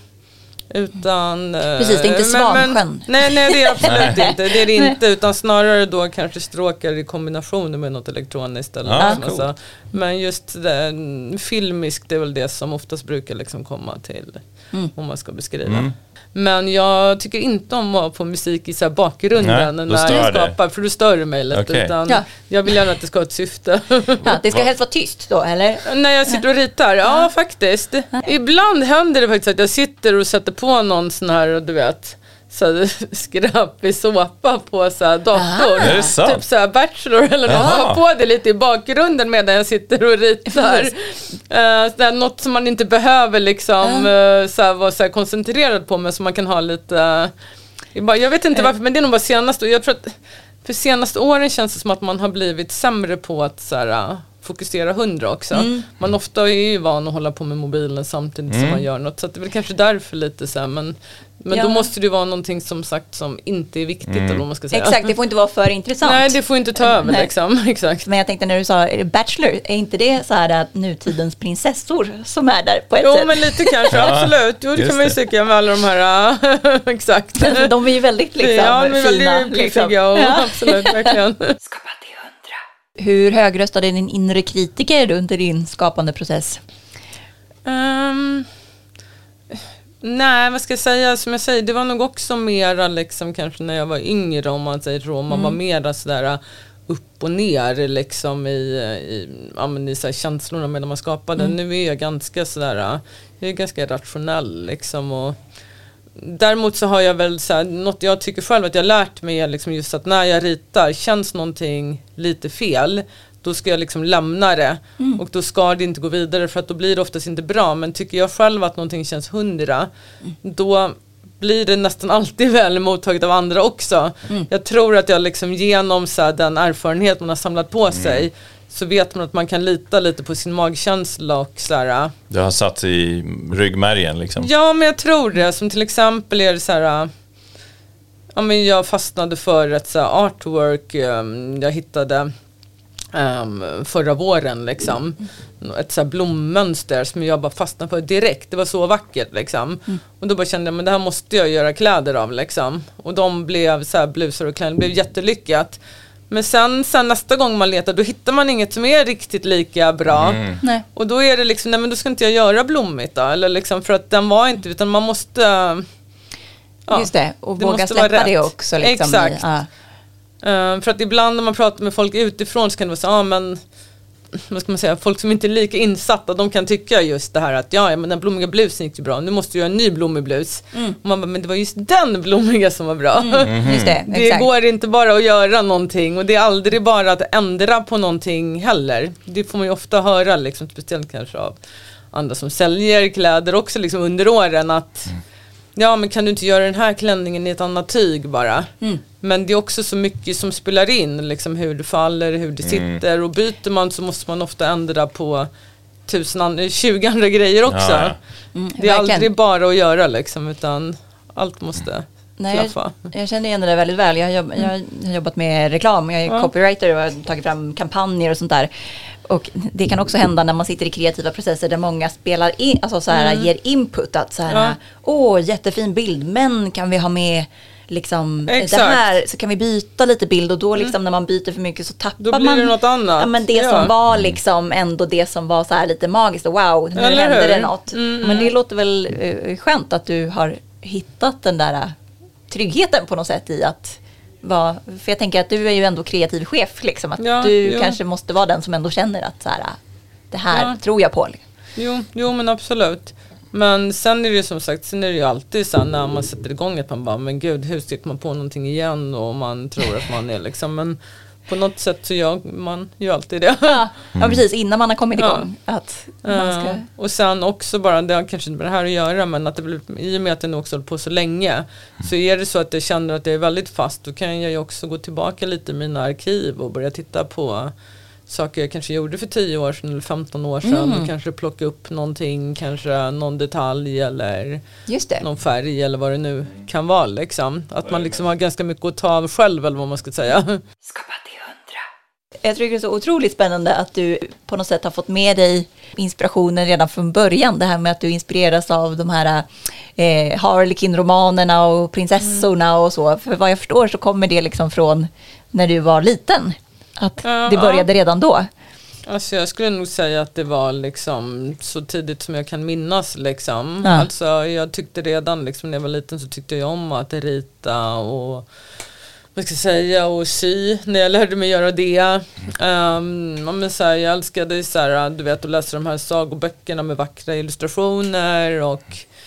[SPEAKER 1] Utan,
[SPEAKER 2] precis, det är inte Svansjön.
[SPEAKER 1] Nej, nej, det är absolut inte. Det är det inte, utan snarare då kanske stråkar i kombination med något elektroniskt. Eller
[SPEAKER 3] ah,
[SPEAKER 1] cool. Alltså. Men just det, filmiskt är väl det som oftast brukar liksom komma till, mm. om man ska beskriva. Mm. Men jag tycker inte om att ha på musik i så här bakgrunden nej, när jag skapar, för du stör mig lite. Okay. Utan ja. Jag vill gärna att det ska ha ett syfte.
[SPEAKER 2] Ja, det ska helst vara tyst då, eller?
[SPEAKER 1] När jag sitter och ritar, ja, ja faktiskt. Ibland händer det faktiskt att jag sitter och sätter på någon sån här, du vet, så skrappig såpa på så här datorn.
[SPEAKER 3] Ah.
[SPEAKER 1] Typ så här Bachelor eller något. Ha på det lite i bakgrunden medan jag sitter och ritar. uh, så något som man inte behöver liksom uh, så här, vara så här koncentrerad på, men som man kan ha lite uh, jag vet inte varför, men det är nog bara senaste, jag tror att för senaste åren känns det som att man har blivit sämre på att så här, uh, fokusera hundra också. Mm. Man ofta är ju van att hålla på med mobilen samtidigt mm. som man gör något, så att det är väl kanske därför lite så här, men Men ja. Då måste det vara någonting som sagt som inte är viktigt mm. eller vad man ska säga.
[SPEAKER 2] Exakt, det får inte vara för intressant.
[SPEAKER 1] Nej, det får inte ta över liksom. Exakt.
[SPEAKER 2] Men jag tänkte när du sa Bachelor, är inte det så här att nutidens prinsessor som är där på ett
[SPEAKER 1] jo,
[SPEAKER 2] sätt?
[SPEAKER 1] Jo, men lite kanske, absolut. Jo, det kan man ju säga med alla de här, exakt.
[SPEAKER 2] Men de är ju väldigt liksom
[SPEAKER 1] ja, de är
[SPEAKER 2] fina.
[SPEAKER 1] Väldigt liksom. Och, ja. Absolut, verkligen.
[SPEAKER 4] Skapa till hundra.
[SPEAKER 2] Hur högröstad är din inre kritiker under din skapande process?
[SPEAKER 1] Um, nej, vad ska jag säga? Som jag säger, det var nog också mera liksom kanske när jag var yngre, om man säger så. Man mm. var mera sådär upp och ner liksom i, i, ja, men i så här känslorna medan man skapade. Mm. Nu är jag ganska sådär, jag är ganska rationell liksom, och däremot så har jag väl så här, något jag tycker själv att jag lärt mig är liksom just att när jag ritar, känns någonting lite fel, då ska jag liksom lämna det. Mm. Och då ska det inte gå vidare, för att då blir det oftast inte bra. Men tycker jag själv att någonting känns hundra, mm. då blir det nästan alltid väl mottaget av andra också. Mm. Jag tror att jag liksom genom så här, den erfarenhet man har samlat på mm. sig, så vet man att man kan lita lite på sin magkänsla och så här.
[SPEAKER 3] Det har satt i ryggmärgen liksom.
[SPEAKER 1] Ja, men jag tror det. Som till exempel är det så här, ja, men jag fastnade för ett så här artwork um, jag hittade um, förra våren liksom. Mm. Ett så här blommönster som jag bara fastnade för direkt. Det var så vackert liksom. Mm. Och då bara kände jag, men det här måste jag göra kläder av liksom. Och de blev så här blusar och kläder, det blev jättelyckat. Men sen, sen nästa gång man letar, då hittar man inget som är riktigt lika bra. Mm.
[SPEAKER 2] Nej.
[SPEAKER 1] Och då är det liksom, nej men då ska inte jag göra blommigt då. Eller liksom, för att den var inte, utan man måste...
[SPEAKER 2] Ja, just det, och det våga släppa det också. Liksom,
[SPEAKER 1] exakt.
[SPEAKER 2] I, ja.
[SPEAKER 1] uh, för att ibland när man pratar med folk utifrån så kan det vara så, ja ah, men vad ska man säga, folk som inte är lika insatta, de kan tycka just det här att ja, men den blommiga blusen gick ju bra, nu måste du göra en ny blommig blus. Mm. Och man bara, men det var just den blommiga som var bra.
[SPEAKER 2] Mm. Mm-hmm. Just det,
[SPEAKER 1] det går inte bara att göra någonting, och det är aldrig bara att ändra på någonting heller. Det får man ju ofta höra, liksom, speciellt kanske av andra som säljer kläder också liksom under åren, att mm. ja, men kan du inte göra den här klänningen i ett annat tyg bara? Mm. Men det är också så mycket som spelar in, liksom hur det faller, hur det sitter. Mm. Och byter man så måste man ofta ändra på tusen andra, tjugo andra grejer också. Ja, ja. Mm, det är verkligen. Aldrig bara att göra liksom, utan allt måste
[SPEAKER 2] Nej, klaffa. Jag, jag känner igen det väldigt väl. Jag har, jobb, jag har jobbat med reklam, jag är ja. copywriter och har tagit fram kampanjer och sånt där. Och det kan också hända när man sitter i kreativa processer där många spelar in, alltså så här, mm. ger input att så här, ja. åh, jättefin bild, men kan vi ha med liksom Exakt. det här, så kan vi byta lite bild, och då liksom mm. när man byter för mycket så tappar
[SPEAKER 1] då blir
[SPEAKER 2] man
[SPEAKER 1] det något annat.
[SPEAKER 2] Ja, men det ja. som var liksom ändå det som var så här lite magiskt, och wow, nu Eller händer hur? det något. Mm. Men det låter väl uh, skönt att du har hittat den där uh, tryggheten på något sätt i att vara, för jag tänker att du är ju ändå kreativ chef liksom, att ja, du jo. kanske måste vara den som ändå känner att så här, det här ja. tror jag på.
[SPEAKER 1] Jo, jo, men absolut. Men sen är det ju som sagt, sen är det ju alltid så när man sätter igång att man bara, men gud, hur sticker man på någonting igen, och man tror att man är liksom, men på något sätt så gör man ju alltid det.
[SPEAKER 2] Ja, ja precis, innan man har kommit igång. Ja. Att man ska...
[SPEAKER 1] Och sen också bara, det har kanske inte med det här att göra, men att det blir, i och med att den också håller på så länge, så är det så att jag känner att det är väldigt fast, då kan jag ju också gå tillbaka lite i mina arkiv och börja titta på saker jag kanske gjorde för tio år sedan eller femton år sedan, mm. och kanske plocka upp någonting, kanske någon detalj eller
[SPEAKER 2] Just det.
[SPEAKER 1] någon färg eller vad det nu kan vara liksom. Att man liksom har ganska mycket att ta av själv, eller vad man ska säga.
[SPEAKER 4] Skapa till hundra.
[SPEAKER 2] Jag tycker det är så otroligt spännande att du på något sätt har fått med dig inspirationen redan från början. Det här med att du inspireras av de här eh, Harlequin-romanerna och prinsessorna mm. och så. För vad jag förstår så kommer det liksom från när du var liten. Att ja, det började ja. redan då.
[SPEAKER 1] Alltså jag skulle nog säga att det var liksom så tidigt som jag kan minnas liksom. Ja. Alltså jag tyckte redan liksom när jag var liten så tyckte jag om att rita och vad ska jag säga, och sy när jag lärde mig göra det. Um, men så här, jag älskade så här, du vet, att läsa de här sagoböckerna med vackra illustrationer, och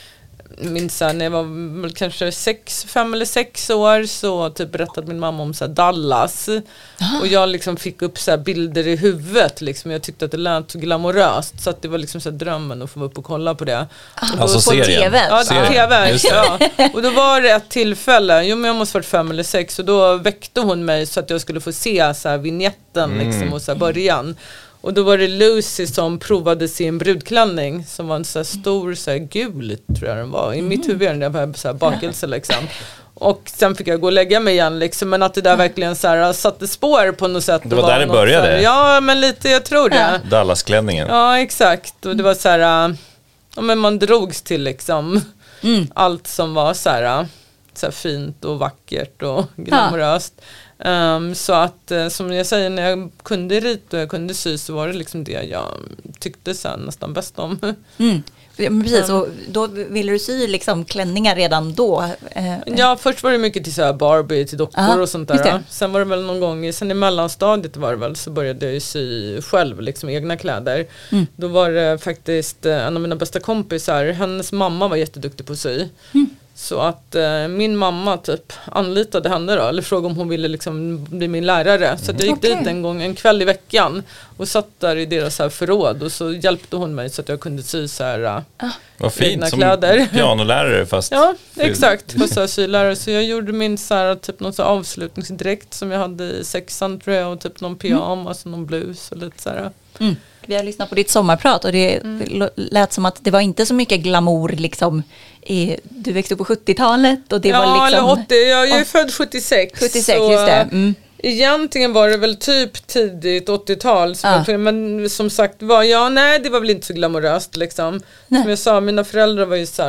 [SPEAKER 1] minns när jag var kanske sex, fem eller sex år så typ berättade min mamma om så här Dallas. Aha. Och jag liksom fick upp så här bilder i huvudet liksom. Jag tyckte att det lät så glamoröst, så att det var liksom så här drömmen att få upp och kolla på det.
[SPEAKER 2] Ah, och alltså på T V?
[SPEAKER 1] Ja, T V. Ja. Och då var det ett tillfälle, jo men jag måste varit fem eller sex, och då väckte hon mig så att jag skulle få se så här vignetten mm. liksom, och så här början. Och då var det Lucy som provade sin brudklänning som var en så här stor så här gul, tror jag den var. I mm. mitt huvud är den där så här bakelse liksom. Och sen fick jag gå och lägga mig igen liksom, men att det där verkligen så här satte spår på något sätt.
[SPEAKER 3] Det var, var där det började?
[SPEAKER 1] Här, ja, men lite, jag tror det.
[SPEAKER 3] Ja. Dallasklänningen.
[SPEAKER 1] Ja, exakt. Och det var så här, ja, men man drogs till liksom mm. allt som var så här, så här fint och vackert och glamoröst. Ja. Um, så att uh, som jag säger, när jag kunde rita och jag kunde sy, så var det liksom det jag tyckte sen nästan bäst om.
[SPEAKER 2] Mm. Men precis, och då ville du sy liksom klänningar redan då? Uh,
[SPEAKER 1] ja, först var det mycket till så här Barbie, till dockor aha, och sånt där. Sen var det väl någon gång, sen i mellanstadiet var det väl, så började jag sy själv liksom egna kläder. Mm. Då var det faktiskt uh, en av mina bästa kompisar, hennes mamma var jätteduktig på att sy. Mm. Så att eh, min mamma typ anlitade henne då, eller frågade om hon ville liksom bli min lärare. Så att jag gick okay. dit en gång, en kväll i veckan, och satt där i deras här förråd, och så hjälpte hon mig så att jag kunde sy så här ah,
[SPEAKER 3] vad fint, som kläder. Pianolärare fast.
[SPEAKER 1] Ja, exakt, fast så här sylärare. Så jag gjorde min så här, typ någon så här avslutningsdräkt som jag hade i sexan, tror jag, och typ någon pyjamas och någon blus och lite så här.
[SPEAKER 2] Mm. Vi har lyssnat på ditt sommarprat, och det mm. lät som att det var inte så mycket glamour liksom. I, du växte upp på sjuttiotalet och det
[SPEAKER 1] ja,
[SPEAKER 2] var liksom...
[SPEAKER 1] eller åttio, jag är oh. född sjuttiosex.
[SPEAKER 2] sjuttiosex, så, just det. Mm.
[SPEAKER 1] Egentligen var det väl typ tidigt åttiotal, som ah. men som sagt var, ja nej, det var väl inte så glamoröst liksom. Nej. Som jag sa, mina föräldrar var ju så här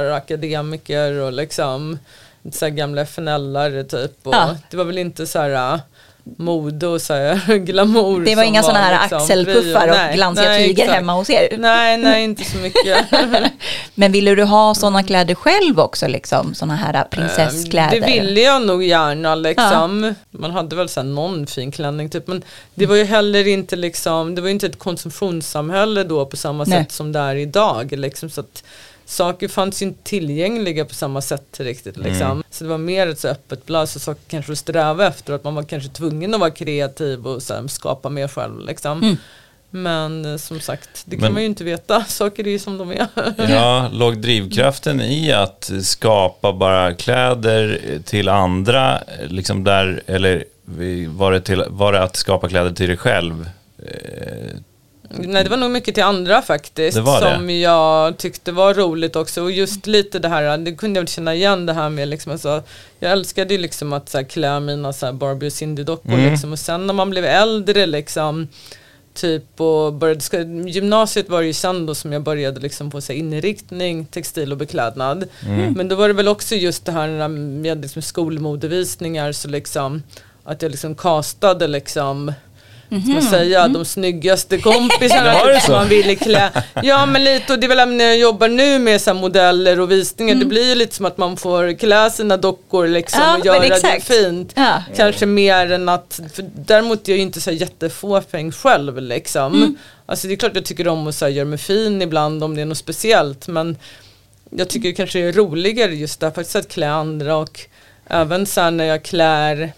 [SPEAKER 1] akademiker och liksom så här gamla F N L-are typ, och ah. det var väl inte så här... mode och så här, glamour.
[SPEAKER 2] Det var inga sådana här
[SPEAKER 1] liksom,
[SPEAKER 2] axelpuffar och
[SPEAKER 1] nej,
[SPEAKER 2] glansiga
[SPEAKER 1] nej,
[SPEAKER 2] tyger
[SPEAKER 1] exakt.
[SPEAKER 2] hemma hos er.
[SPEAKER 1] Nej, nej, inte så mycket.
[SPEAKER 2] Men ville du ha sådana kläder själv också, liksom? Sådana här prinsesskläder?
[SPEAKER 1] Det ville jag nog gärna, liksom. Ja. Man hade väl så här någon fin klänning, typ. Men det var ju heller inte, liksom, det var ju inte ett konsumtionssamhälle då på samma nej. sätt som det är idag, liksom, så att saker fanns ju inte tillgängliga på samma sätt riktigt liksom. Mm. Så det var mer ett så öppet blad, så saker kanske att sträva efter, att man var kanske tvungen att vara kreativ och så här, skapa mer själv liksom. Mm. Men som sagt, det kan Men, man ju inte veta. Saker är ju som de är.
[SPEAKER 3] Ja, låg drivkraften i att skapa bara kläder till andra liksom där, eller var det, till, var det att skapa kläder till dig själv? Eh,
[SPEAKER 1] Nej, det var nog mycket till andra faktiskt,
[SPEAKER 3] det det.
[SPEAKER 1] som jag tyckte var roligt också. Och just lite det här, det kunde jag väl känna igen det här med liksom, alltså, jag älskade ju liksom att så här, klä mina så här, Barbie och Cindy-dockor mm. liksom. Och sen när man blev äldre liksom, typ och började, gymnasiet var ju sen då som jag började liksom få så här, inriktning, textil och beklädnad. Mm. Men då var det väl också just det här med liksom, skolmodevisningar, så liksom att jag liksom castade liksom Mm-hmm. Ska man säga, mm. de snyggaste kompisarna som man ville klä. Ja, men lite, och det är väl när jag jobbar nu med så här modeller och visningar, mm. det blir ju lite som att man får klä sina dockor liksom, ja, och göra det fint. Ja. Kanske mer än att, för däremot är jag ju inte så här jättefåfäng själv liksom. Mm. Alltså det är klart jag tycker om att så här, göra mig fin ibland om det är något speciellt, men jag tycker det kanske är roligare just där faktiskt att klä andra, och även så här när jag klär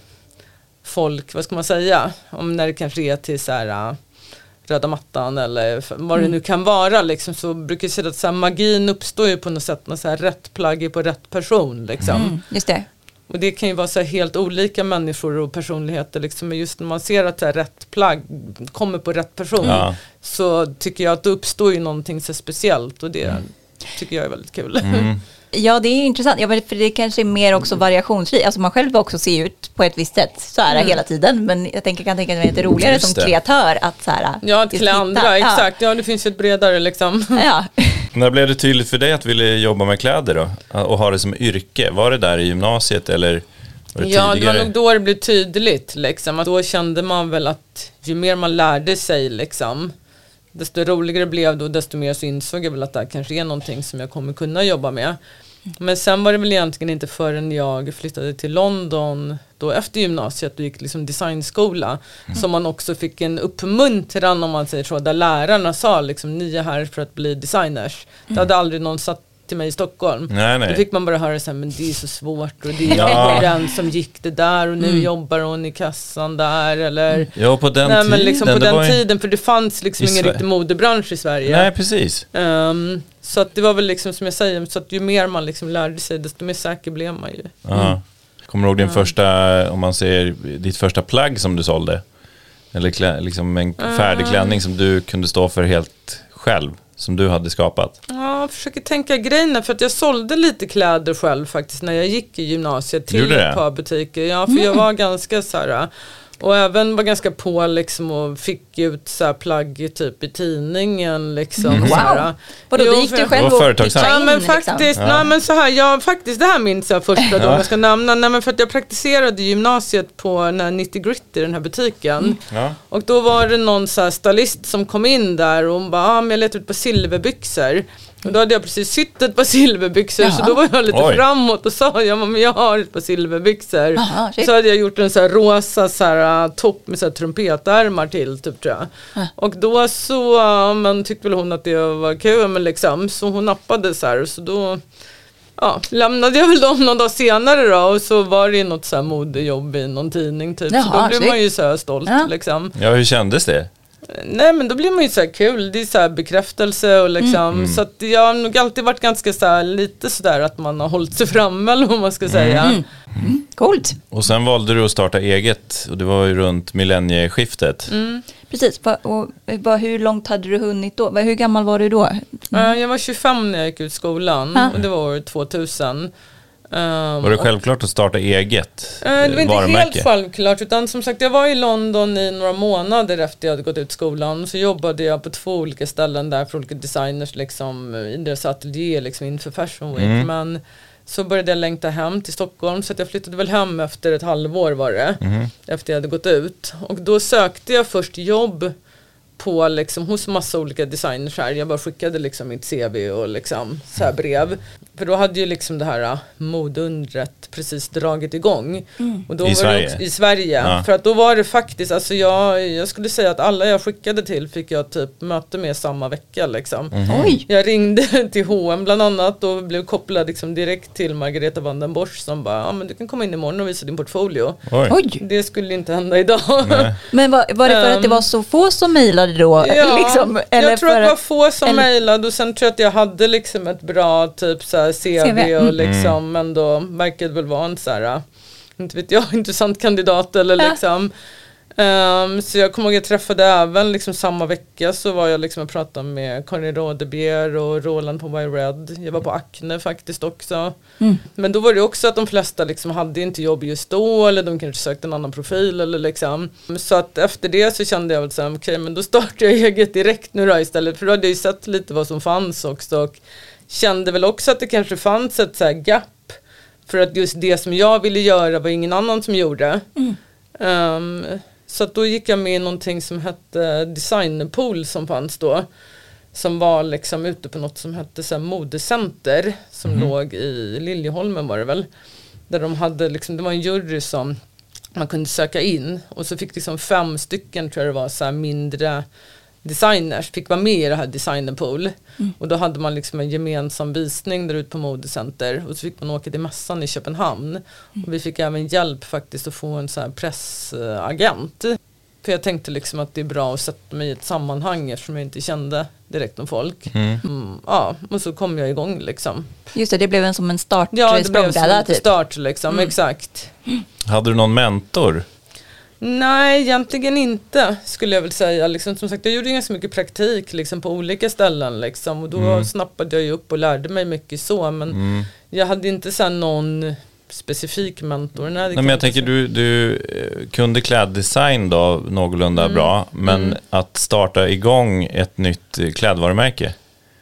[SPEAKER 1] folk, vad ska man säga, om när det kanske är till så här, uh, röda mattan eller vad det nu kan vara liksom, så brukar jag säga att så här, magin uppstår ju på något sätt när så här, rätt plagg är på rätt person liksom.
[SPEAKER 2] Mm, just det.
[SPEAKER 1] Och det kan ju vara så här, helt olika människor och personligheter liksom, men just när man ser att så här, rätt plagg kommer på rätt person, ja. Så tycker jag att det uppstår ju någonting så speciellt, och det mm. tycker jag är väldigt kul.
[SPEAKER 2] Mm. Ja, det är intressant. Ja, för det kanske är mer också variationsrikt. Alltså man själv också ser ut på ett visst sätt så här mm. hela tiden. Men jag tänker, kan tänka att det är lite roligare just som det. kreatör att så här.
[SPEAKER 1] Ja, att klä andra, exakt. Ja, det finns ju ett bredare liksom.
[SPEAKER 2] Ja.
[SPEAKER 3] När blev det tydligt för dig att vilja jobba med kläder då? Och ha det som yrke? Var det där i gymnasiet eller var det
[SPEAKER 1] ja,
[SPEAKER 3] tidigare?
[SPEAKER 1] Det var nog då det blev tydligt liksom. Att då kände man väl att ju mer man lärde sig liksom, desto roligare blev det, och desto mer så insåg jag väl att det här kanske är någonting som jag kommer kunna jobba med. Men sen var det väl egentligen inte förrän jag flyttade till London då efter gymnasiet och gick liksom designskola mm. som man också fick en uppmuntran, om man säger så, där lärarna sa liksom, ni är här för att bli designers. Mm. Det hade aldrig någon satt till mig i Stockholm.
[SPEAKER 3] Nej, nej.
[SPEAKER 1] Då fick man bara höra så här, men det är så svårt, och det är ja. den som gick det där och nu mm. jobbar hon i kassan där, eller
[SPEAKER 3] ja, på den
[SPEAKER 1] nej,
[SPEAKER 3] tiden,
[SPEAKER 1] men liksom på den
[SPEAKER 3] var
[SPEAKER 1] tiden, för det fanns liksom ingen riktig modebransch i Sverige.
[SPEAKER 3] Nej, precis.
[SPEAKER 1] Um, så att det var väl liksom som jag säger, så att ju mer man liksom lärde sig, desto mer säker blev man ju.
[SPEAKER 3] Mm. Kommer du ihåg din ja. första, om man säger ditt första plagg som du sålde? Eller klä, liksom en färdig klänning som du kunde stå för helt själv, som du hade skapat? Ja,
[SPEAKER 1] jag försöker tänka grejerna, för att jag sålde lite kläder själv faktiskt när jag gick i gymnasiet till ett par butiker. Ja, för mm. jag var ganska så här, och även var ganska på liksom, och fick ut så här plagg typ i tidningen liksom. Mm.
[SPEAKER 2] Wow. Vadå, då gick du själv och
[SPEAKER 3] företagsam.
[SPEAKER 1] Ja, men faktiskt, liksom. nej, men så här, jag faktiskt det här minns jag första ja. då jag ska nämna, nej, men för att jag praktiserade gymnasiet på den här Nitty Gritty, den här butiken. Mm.
[SPEAKER 3] Ja.
[SPEAKER 1] Och då var det någon så här stylist som kom in där och hon bara, ah, men jag letade ut på silverbyxor. Och då hade jag precis sytt ett par silverbyxor. Jaha. Så då var jag lite Oj. framåt och sa, ja men jag har ett par silverbyxor. Aha, så hade jag gjort en så här rosa så här, topp med så här trumpetärmar till typ, tror jag. Ah. Och då så men tyckte väl hon att det var kul, men liksom, så hon nappade så här, så då ja, lämnade jag väl dem någon dag senare då, och så var det något så här modejobb i någon tidning typ. Jaha, så då blev man ju så här stolt ja. liksom.
[SPEAKER 3] Ja, hur kändes det?
[SPEAKER 1] Nej, men då blir man ju så här kul. Det är så här bekräftelse och liksom, mm. så att jag har nog alltid varit ganska så här, lite så där att man har hållit sig framme, eller vad man ska säga.
[SPEAKER 2] Mm. Mm. Coolt.
[SPEAKER 3] Och sen valde du att starta eget, och det var ju runt millennieskiftet.
[SPEAKER 1] Mm.
[SPEAKER 2] Precis, och hur långt hade du hunnit då? Hur gammal var du då?
[SPEAKER 1] Mm. Jag var tjugofem när jag gick ut skolan, ha. och det var år tvåtusen.
[SPEAKER 3] Um, var det självklart att starta eget
[SPEAKER 1] uh, Det var inte
[SPEAKER 3] varumärke?
[SPEAKER 1] Helt självklart, utan som sagt, jag var i London i några månader efter jag hade gått ut skolan. Så jobbade jag på två olika ställen där för olika designers liksom, i deras atelier liksom, inför Fashion Week. Mm. Men så började jag längta hem till Stockholm. Så att jag flyttade väl hem efter ett halvår var det. Mm. Efter jag hade gått ut. Och då sökte jag först jobb på liksom, hos massa olika designers här. Jag bara skickade liksom mitt C V och liksom så här brev. För då hade ju liksom det här modundret precis dragit igång. Mm. Och då
[SPEAKER 3] I
[SPEAKER 1] var
[SPEAKER 3] Sverige?
[SPEAKER 1] Det också, I Sverige.
[SPEAKER 3] Ja.
[SPEAKER 1] För att då var det faktiskt, alltså jag, jag skulle säga att alla jag skickade till fick jag typ möte med samma vecka liksom.
[SPEAKER 2] Mm. Oj.
[SPEAKER 1] Jag ringde till H och M bland annat och blev kopplad liksom direkt till Margareta Vandenbosch som bara, ja men du kan komma in imorgon och visa din portfolio.
[SPEAKER 3] Oj.
[SPEAKER 2] Oj.
[SPEAKER 1] Det skulle inte hända idag.
[SPEAKER 2] Men var, var det för att det var så få som mejlade då?
[SPEAKER 1] Ja,
[SPEAKER 2] liksom, eller
[SPEAKER 1] jag tror
[SPEAKER 2] för
[SPEAKER 1] att det var få som
[SPEAKER 2] eller...
[SPEAKER 1] mejlade och sen tror jag att jag hade liksom ett bra typ så här C V,
[SPEAKER 2] C V.
[SPEAKER 1] och liksom, men då verkade väl vara en så här, inte vet jag, intressant kandidat eller
[SPEAKER 2] Ja.
[SPEAKER 1] liksom. Um, så jag kommer ihåg att jag träffade även liksom samma vecka så var jag liksom och pratade med Karin Rådebier och Roland på My Red. Jag var på Acne faktiskt också. Mm. Men då var det också att de flesta liksom hade inte jobb just då eller de kanske sökte en annan profil eller liksom. Så att efter det så kände jag väl så här, okej okay, men då startar jag eget direkt nu då istället. För då hade jag ju sett lite vad som fanns också och kände väl också att det kanske fanns ett så här gap. För att just det som jag ville göra var ingen annan som gjorde. Mm. Um, Så att då gick jag med i någonting som hette Designpool som fanns då. Som var liksom ute på något som hette så här modecenter. Som mm. låg i Liljeholmen var det väl. Där de hade liksom, det var en jury som man kunde söka in. Och så fick liksom fem stycken tror jag det var så här mindre designers. Fick vara med i det här Designpool. Mm. Och då hade man liksom en gemensam visning där ute på modecenter. Och så fick man åka till mässan i Köpenhamn. Mm. Och vi fick även hjälp faktiskt att få en så här pressagent. För jag tänkte liksom att det är bra att sätta mig i ett sammanhang eftersom jag inte kände direkt om folk. Mm. Mm, ja, och så kom jag igång liksom.
[SPEAKER 2] Just det, det blev en som en start.
[SPEAKER 1] Ja, det blev som en
[SPEAKER 2] typ.
[SPEAKER 1] start liksom, mm. exakt.
[SPEAKER 3] Hade du någon mentor?
[SPEAKER 1] Nej, egentligen inte skulle jag väl säga. Liksom, som sagt, jag gjorde ganska mycket praktik liksom, på olika ställen. Liksom, och då mm. snappade jag ju upp och lärde mig mycket så. Men mm. jag hade inte så här, någon specifik mentor. Nej,
[SPEAKER 3] Nej men jag tänker du, du kunde kläddesign då någorlunda mm. bra. Men mm. att starta igång ett nytt klädvarumärke.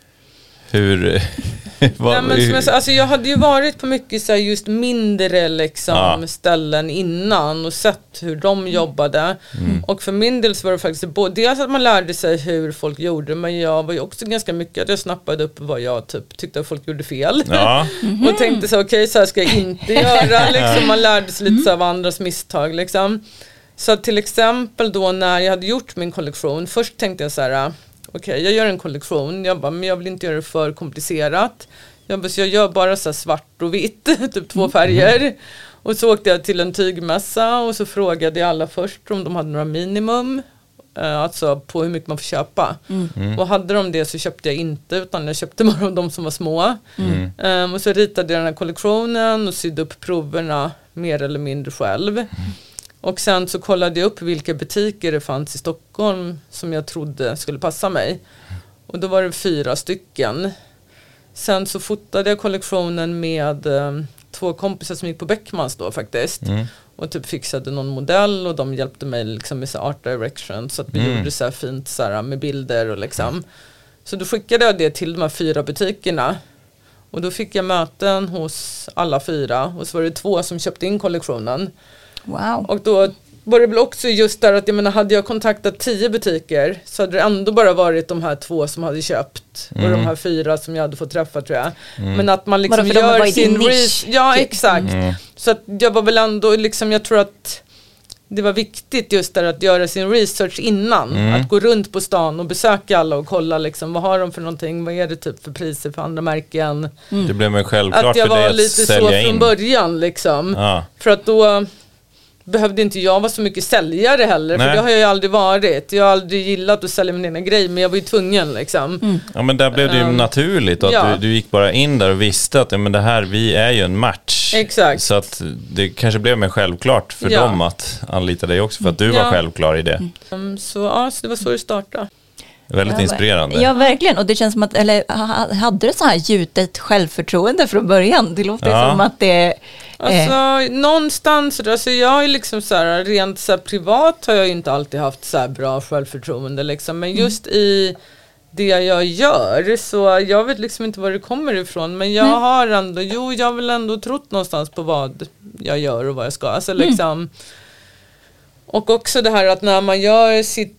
[SPEAKER 3] Hur... Vad,
[SPEAKER 1] Nej, men som jag, sa, alltså jag hade ju varit på mycket så här, just mindre liksom, ja. ställen innan och sett hur de jobbade. Mm. Och för min del så var det faktiskt både dels att man lärde sig hur folk gjorde, men jag var ju också ganska mycket att jag snappade upp vad jag typ, tyckte att folk gjorde fel. Ja. Mm-hmm. Och tänkte så okej, okay, så här ska jag inte göra. Liksom. Man lärde sig lite så av andras misstag. Liksom. Så till exempel då när jag hade gjort min kollektion, först tänkte jag så här... Okej, okay, jag gör en kollektion. Jag bara, men jag vill inte göra det för komplicerat. Jag bara, så jag gör bara så här svart och vitt, typ två färger. Och så åkte jag till en tygmässa och så frågade jag alla först om de hade några minimum. Eh, alltså på hur mycket man får köpa. Mm. Mm. Och hade de det så köpte jag inte, utan jag köpte bara av de som var små. Mm. Eh, och så ritade jag den här kollektionen och sydde upp proverna mer eller mindre själv. Mm. Och sen så kollade jag upp vilka butiker det fanns i Stockholm som jag trodde skulle passa mig. Och då var det fyra stycken. Sen så fotade jag kollektionen med eh, två kompisar som gick på Beckmans då faktiskt. Mm. Och typ fixade någon modell och de hjälpte mig liksom med så art direction. Så att vi mm. gjorde så här fint så här, med bilder och liksom. Mm. Så då skickade jag det till de här fyra butikerna. Och då fick jag möten hos alla fyra. Och så var det två som köpte in kollektionen.
[SPEAKER 2] Wow.
[SPEAKER 1] Och då var det väl också just där att jag menar, hade jag kontaktat tio butiker så hade det ändå bara varit de här två som hade köpt mm. och de här fyra som jag hade fått träffa tror jag. Mm. Men att man liksom gör sin research. Ja, typ. Exakt. Mm. Så att jag var väl ändå liksom, jag tror att det var viktigt just där att göra sin research innan. Mm. Att gå runt på stan och besöka alla och kolla liksom, vad har de för någonting, vad är det typ för priser för andra märken. Mm.
[SPEAKER 3] Det blev mig självklart
[SPEAKER 1] att jag
[SPEAKER 3] för dig
[SPEAKER 1] var
[SPEAKER 3] att
[SPEAKER 1] lite
[SPEAKER 3] sälja
[SPEAKER 1] så
[SPEAKER 3] in.
[SPEAKER 1] Från början liksom. Ja. För att då behövde inte jag vara så mycket säljare heller. Nej. För det har jag ju aldrig varit. Jag har aldrig gillat att sälja mina grejer. Men jag var ju tvungen liksom. Mm.
[SPEAKER 3] Ja men där blev det ju um, naturligt. Att ja. du, du gick bara in där och visste att ja, men det här, vi är ju en match.
[SPEAKER 1] Exakt.
[SPEAKER 3] Så att det kanske blev mig självklart för ja. dem att anlita dig också. För att du ja. var självklar i det.
[SPEAKER 1] Um, så ja, så det var så det startade.
[SPEAKER 3] Väldigt ja, inspirerande.
[SPEAKER 2] Ja, verkligen. Och det känns som att, eller hade du så här gjutet självförtroende från början? Det låter ja. som att det...
[SPEAKER 1] Alltså eh. någonstans, alltså jag är liksom så här, rent så här, privat har jag inte alltid haft så här bra självförtroende liksom. Men just mm. i det jag gör. Så jag vet liksom inte var det kommer ifrån. Men jag mm. har ändå, jo jag har väl ändå trott någonstans på vad jag gör och vad jag ska. Alltså liksom, mm. och också det här att när man gör sitt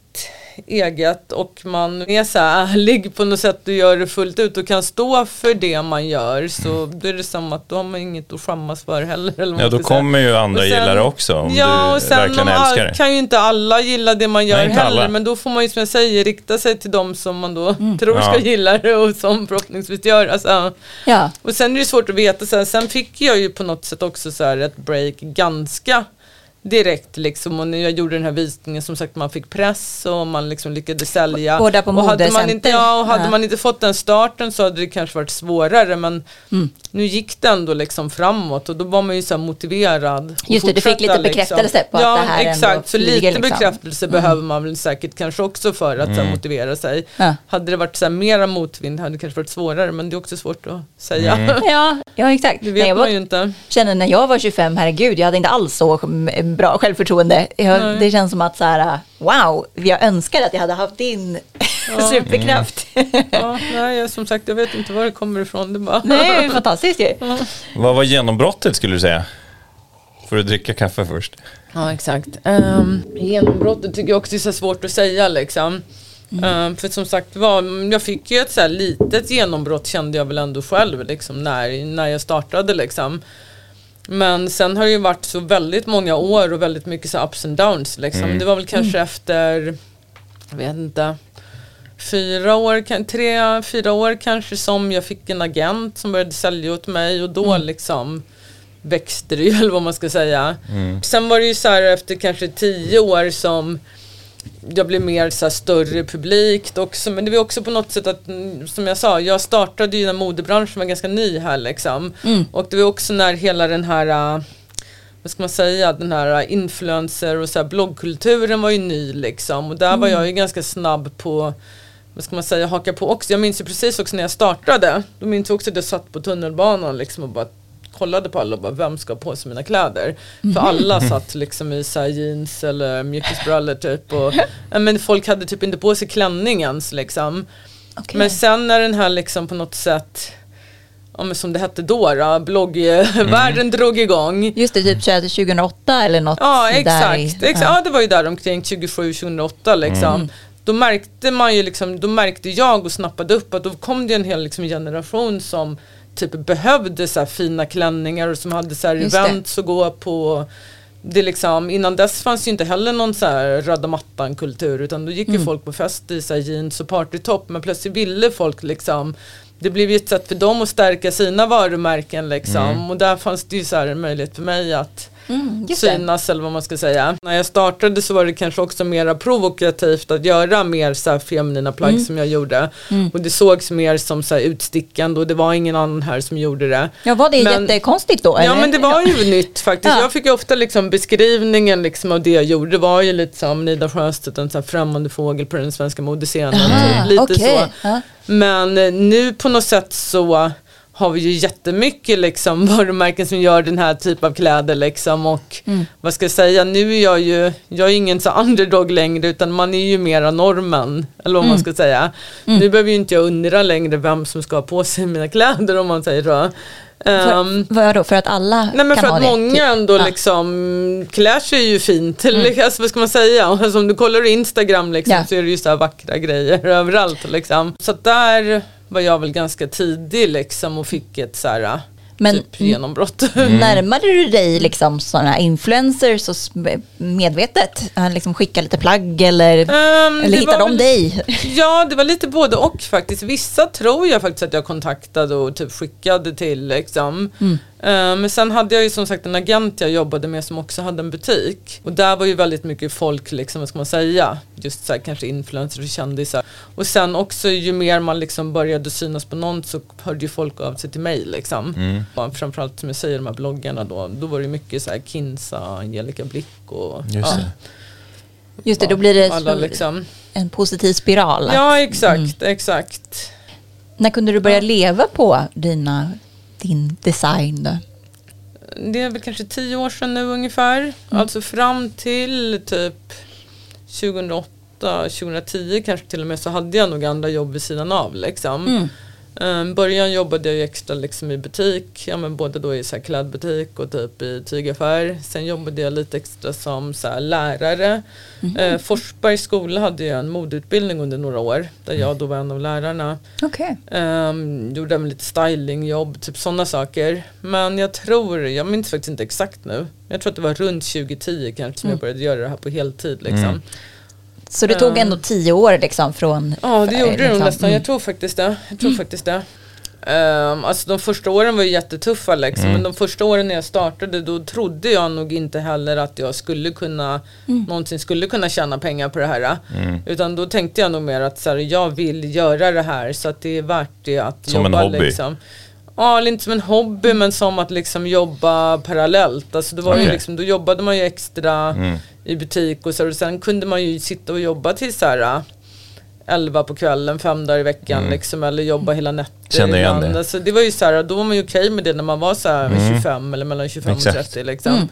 [SPEAKER 1] eget och man är så här ärlig på något sätt och gör det fullt ut och kan stå för det man gör, så då är det som att då har man inget att skämmas för heller. Eller
[SPEAKER 3] ja, då kommer ju andra sen, gilla det också om ja, du och sen verkligen älskar det.
[SPEAKER 1] Kan ju inte alla gilla det man gör
[SPEAKER 3] Nej,
[SPEAKER 1] heller,
[SPEAKER 3] alla.
[SPEAKER 1] Men då får man ju som jag säger rikta sig till dem som man då mm. tror ska
[SPEAKER 3] ja.
[SPEAKER 1] gilla det och som förhoppningsvis gör. Alltså.
[SPEAKER 2] Ja. Och
[SPEAKER 1] sen är det svårt att veta, så här, sen fick jag ju på något sätt också så här ett break ganska direkt liksom, och när jag gjorde den här visningen som sagt man fick press och man liksom lyckades sälja.
[SPEAKER 2] Båda på
[SPEAKER 1] och hade man inte, ja, och hade
[SPEAKER 2] ja.
[SPEAKER 1] man inte fått den starten så hade det kanske varit svårare, men mm. nu gick det ändå liksom framåt och då var man ju så här motiverad.
[SPEAKER 2] Just det, du fick lite bekräftelse
[SPEAKER 1] liksom.
[SPEAKER 2] på
[SPEAKER 1] Ja,
[SPEAKER 2] att det här
[SPEAKER 1] exakt,
[SPEAKER 2] ändå
[SPEAKER 1] så
[SPEAKER 2] flyger,
[SPEAKER 1] lite
[SPEAKER 2] liksom.
[SPEAKER 1] bekräftelse mm. behöver man väl säkert kanske också för att mm. så här, motivera sig. Ja. Hade det varit så här, mera motvind hade det kanske varit svårare, men det är också svårt att säga.
[SPEAKER 2] Mm. ja, ja, exakt.
[SPEAKER 1] Det vet
[SPEAKER 2] Nej,
[SPEAKER 1] man
[SPEAKER 2] var,
[SPEAKER 1] ju inte.
[SPEAKER 2] Känner när jag var tjugofem, herregud, jag hade inte alls så bra självförtroende. Jag, det känns som att så här, wow, jag önskar att jag hade haft din ja. superkraft.
[SPEAKER 1] Mm. ja, nej, som sagt, jag vet inte var det kommer ifrån. Det bara...
[SPEAKER 2] Nej, det är fantastiskt ju.
[SPEAKER 1] Ja.
[SPEAKER 3] Vad var genombrottet skulle du säga? Får du dricka kaffe först?
[SPEAKER 1] Ja, exakt. Um, genombrottet tycker jag också är så svårt att säga liksom. Mm. Um, för som sagt var, jag fick ju ett så här litet genombrott kände jag väl ändå själv liksom, när, när jag startade liksom. Men sen har det ju varit så väldigt många år och väldigt mycket så ups and downs liksom. Mm. Det var väl kanske mm. efter, jag vet inte, fyra år, tre, fyra år kanske som jag fick en agent som började sälja åt mig och då mm. liksom växte det ju, eller vad man ska säga. Mm. Sen var det ju så här efter kanske tio år som jag blev mer så här större publikt också, men det var också på något sätt att, som jag sa, jag startade ju när modebranschen var ganska ny här liksom. Mm. Och det var också när hela den här, vad ska man säga, den här influencer och så här bloggkulturen var ju ny liksom, och där mm. var jag ju ganska snabb på, vad ska man säga, haka på också. Jag minns ju precis också när jag startade, då minns jag också att jag satt på tunnelbanan liksom och bara kollade på alla och bara, vem ska på sig mina kläder? Mm. För alla satt liksom i så här jeans eller mjukisbrallor typ. Och, men folk hade typ inte på sig klänning ens liksom. Okay. Men sen när den här liksom på något sätt, ja, men som det hette då, då bloggvärlden mm. drog igång.
[SPEAKER 2] Just det, typ tjugohundraåtta eller något.
[SPEAKER 1] Ja, exakt. exakt. Ja. ja, det var ju där omkring tjugosju tjugohundraåtta liksom. Mm. Då märkte man ju liksom, då märkte jag och snappade upp att då kom det en hel liksom generation som typ behövde så här fina klänningar och som hade så här events att gå på. Det liksom, innan dess fanns ju inte heller någon så här röda mattan kultur, utan då gick mm. ju folk på fest i så här jeans och partytopp, men plötsligt ville folk liksom, det blev ju ett sätt för dem att stärka sina varumärken liksom, mm. och där fanns det ju så här en möjlighet för mig att Mm, synas eller vad man ska säga. När jag startade så var det kanske också mer provokativt att göra mer så här feminina plagg mm. som jag gjorde. Mm. Och det sågs mer som så här utstickande och det var ingen annan här som gjorde det.
[SPEAKER 2] Ja, var det men, jättekonstigt då? Eller?
[SPEAKER 1] Ja, men det var ju nytt faktiskt. Ja. Jag fick ju ofta liksom beskrivningen liksom av det jag gjorde. Det var ju lite som Nida Sjöstedt, en så här främmande fågel på den svenska modescenen.
[SPEAKER 2] Ah,
[SPEAKER 1] typ. Lite
[SPEAKER 2] okay.
[SPEAKER 1] så.
[SPEAKER 2] Ah.
[SPEAKER 1] Men nu på något sätt så har vi ju jättemycket liksom varumärken som gör den här typ av kläder liksom, och mm. vad ska jag säga, nu är jag ju jag är ingen så underdog längre, utan man är ju mera normen, eller vad mm. man ska säga. Mm. Nu behöver ju inte jag undra längre vem som ska ha på sig mina kläder, om man säger så. Um,
[SPEAKER 2] för, vad då? För att alla
[SPEAKER 1] nej, men
[SPEAKER 2] kan
[SPEAKER 1] för
[SPEAKER 2] ha
[SPEAKER 1] att
[SPEAKER 2] det,
[SPEAKER 1] många
[SPEAKER 2] typ.
[SPEAKER 1] ändå
[SPEAKER 2] ja. liksom
[SPEAKER 1] klär sig ju fint. Mm. Alltså, vad ska man säga? Alltså, om du kollar på Instagram liksom, ja. så är det ju så här vackra grejer överallt liksom. Så att där var jag väl ganska tidig liksom och fick ett så här men, typ genombrott.
[SPEAKER 2] Mm. Närmade du dig liksom sådana influencers och medvetet? Han liksom skickade lite plagg eller, um, eller hittade de väl, dig?
[SPEAKER 1] Ja, det var lite både och faktiskt. Vissa tror jag faktiskt att jag kontaktade och typ skickade till liksom. Mm. Um, men sen hade jag ju som sagt en agent jag jobbade med som också hade en butik. Och där var ju väldigt mycket folk liksom, vad ska man säga? Just så här, kanske influencers och kändisar. Och sen också ju mer man liksom började synas på någon så hörde ju folk av sig till mig liksom. Mm. Och framförallt som jag säger, de här bloggarna då, då var det mycket så här Kinsa, Angelica Blick och
[SPEAKER 3] just det.
[SPEAKER 2] Ja. Just det, då blir det
[SPEAKER 1] alla, liksom.
[SPEAKER 2] en positiv spiral.
[SPEAKER 1] Ja, exakt, mm. exakt.
[SPEAKER 2] När kunde du börja ja. leva på dina, din design då?
[SPEAKER 1] Det är väl kanske tio år sedan nu ungefär. Mm. Alltså fram till typ tjugohundraåtta tjugoåtta tjugohundratio kanske till och med, så hade jag nog andra jobb vid sidan av liksom. Mm. Um, början jobbade jag ju extra liksom i butik, ja, men både då i så här klädbutik och typ i tygaffär. Sen jobbade jag lite extra som så här lärare. Mm-hmm. uh, Forsbergs skola hade jag en modeutbildning under några år där jag då var en av lärarna.
[SPEAKER 2] Okay.
[SPEAKER 1] Um, gjorde även lite stylingjobb, typ sådana saker. Men jag tror, jag minns faktiskt inte exakt nu, jag tror att det var runt tjugohundratio kanske som mm. jag började göra det här på heltid liksom. Mm.
[SPEAKER 2] Så det tog ändå tio år liksom från...
[SPEAKER 1] Ja, det gjorde det nog nästan. Jag tror faktiskt det. Jag tror mm. faktiskt det. Um, alltså de första åren var ju jättetuffa liksom. Mm. Men de första åren när jag startade, då trodde jag nog inte heller att jag skulle kunna mm. någonsin skulle kunna tjäna pengar på det här. Mm. Utan då tänkte jag nog mer att så här, jag vill göra det här så att det är värt det att
[SPEAKER 3] som
[SPEAKER 1] jobba
[SPEAKER 3] en hobby.
[SPEAKER 1] Liksom. Ja, inte som en hobby, men som att liksom jobba parallellt. Alltså det var okay. ju liksom, då jobbade man ju extra mm. i butik och så, och sen kunde man ju sitta och jobba till så här elva på kvällen, fem dagar i veckan mm. liksom, eller jobba hela nätter.
[SPEAKER 3] Kände igen det.
[SPEAKER 1] Alltså, det var ju så här, då var man ju okej okay med det när man var så här mm. tjugofem eller mellan tjugofem Exakt. och trettio liksom.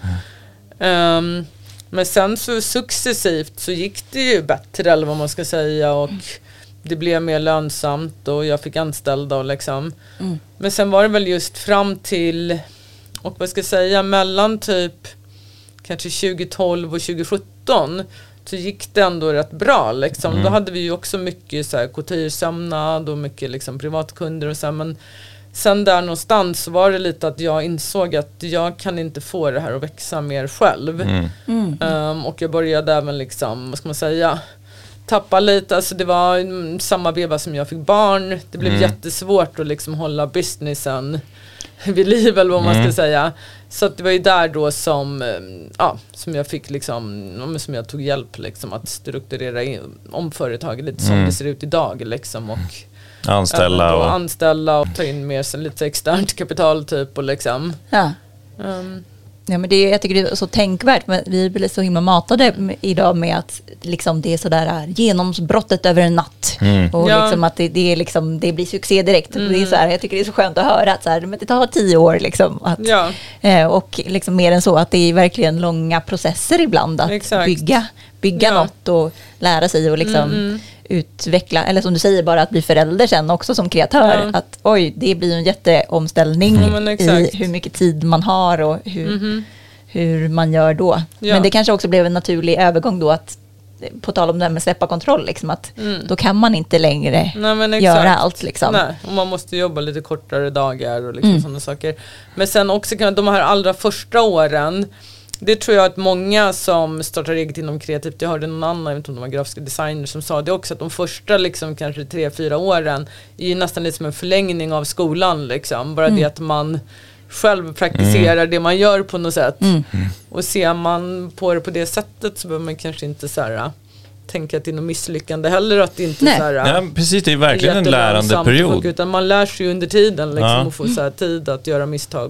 [SPEAKER 1] Mm. Um, men sen så successivt så gick det ju bättre, eller vad man ska säga, och det blev mer lönsamt och jag fick anställda och liksom. Mm. Men sen var det väl just fram till, och vad ska jag säga, mellan typ kanske tjugotolv och tjugosjutton så gick det ändå rätt bra liksom. Mm. Då hade vi ju också mycket så här couture-sömnad och mycket liksom privatkunder och så här, men sen där någonstans så var det lite att jag insåg att jag kan inte få det här att växa mer själv. Mm. Mm. Um, och jag började även liksom, vad ska man säga, tappa lite, alltså det var mm, samma veva som jag fick barn. Det blev mm. jättesvårt att liksom hålla businessen vid liv, eller vad man mm. ska säga. Så att det var ju där då som ja, som jag fick liksom, som jag tog hjälp liksom att strukturera in, om företaget lite som mm. det ser ut idag liksom, och
[SPEAKER 3] anställa och
[SPEAKER 1] anställa och ta in mer så lite externt kapital typ och liksom.
[SPEAKER 2] Ja.
[SPEAKER 1] Um,
[SPEAKER 2] Ja, men det, jag tycker det är så tänkvärt, men vi blir så himla matade idag med att liksom det är sådär genombrottet över en natt mm. och
[SPEAKER 1] ja.
[SPEAKER 2] liksom att det, det, är liksom, det blir succé direkt.
[SPEAKER 1] Mm.
[SPEAKER 2] Det är så här, jag tycker det är så skönt att höra att så här, men det tar tio år liksom, att,
[SPEAKER 1] ja.
[SPEAKER 2] eh, och liksom mer än så att det är verkligen långa processer ibland att
[SPEAKER 1] Exakt.
[SPEAKER 2] bygga, bygga
[SPEAKER 1] ja.
[SPEAKER 2] något och lära sig och liksom mm. utveckla, eller som du säger, bara att bli förälder sen också som kreatör,
[SPEAKER 1] ja.
[SPEAKER 2] att oj, det blir en jätteomställning
[SPEAKER 1] mm.
[SPEAKER 2] i hur mycket tid man har och hur mm. hur man gör då. Ja. Men det kanske också blev en naturlig övergång då, att på tal om det här med släppa kontroll liksom, att mm. då kan man inte längre
[SPEAKER 1] Nej,
[SPEAKER 2] göra allt liksom.
[SPEAKER 1] Nej, och man måste jobba lite kortare dagar och liksom mm. sådana saker. Men sen också kan de här allra första åren, det tror jag att många som startar eget inom kreativt, jag hörde någon annan, jag vet inte om de var grafiska designer som sa det också, att de första liksom kanske tre, fyra åren är ju nästan lite som en förlängning av skolan liksom. Bara mm. det att man själv praktiserar mm. det man gör på något sätt. Mm. Och ser man på det på det sättet så behöver man kanske inte så här tänka att det är något misslyckande heller, att det inte
[SPEAKER 2] Nej.
[SPEAKER 1] så här,
[SPEAKER 3] ja, precis, det är verkligen en lärande period.
[SPEAKER 1] Utan man lär sig under tiden liksom,
[SPEAKER 3] ja.
[SPEAKER 1] och får så här tid att göra misstag.